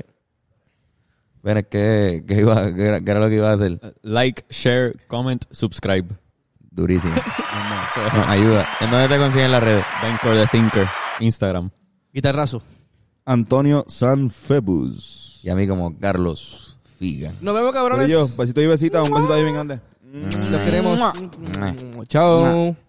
Ven, ¿qué, qué, iba, qué, era, qué era lo que iba a hacer? Like, share, comment, subscribe. Durísimo. Nos ayuda. ¿En dónde te consiguen las redes? Bencore the Thinker. Instagram. Guitarrazo. Antonio Sanfebus. Y a mí como Carlos Figa. Nos vemos, cabrones. Yo, besito y besita, un besito ahí bien grande. Los queremos. Mua. Chao.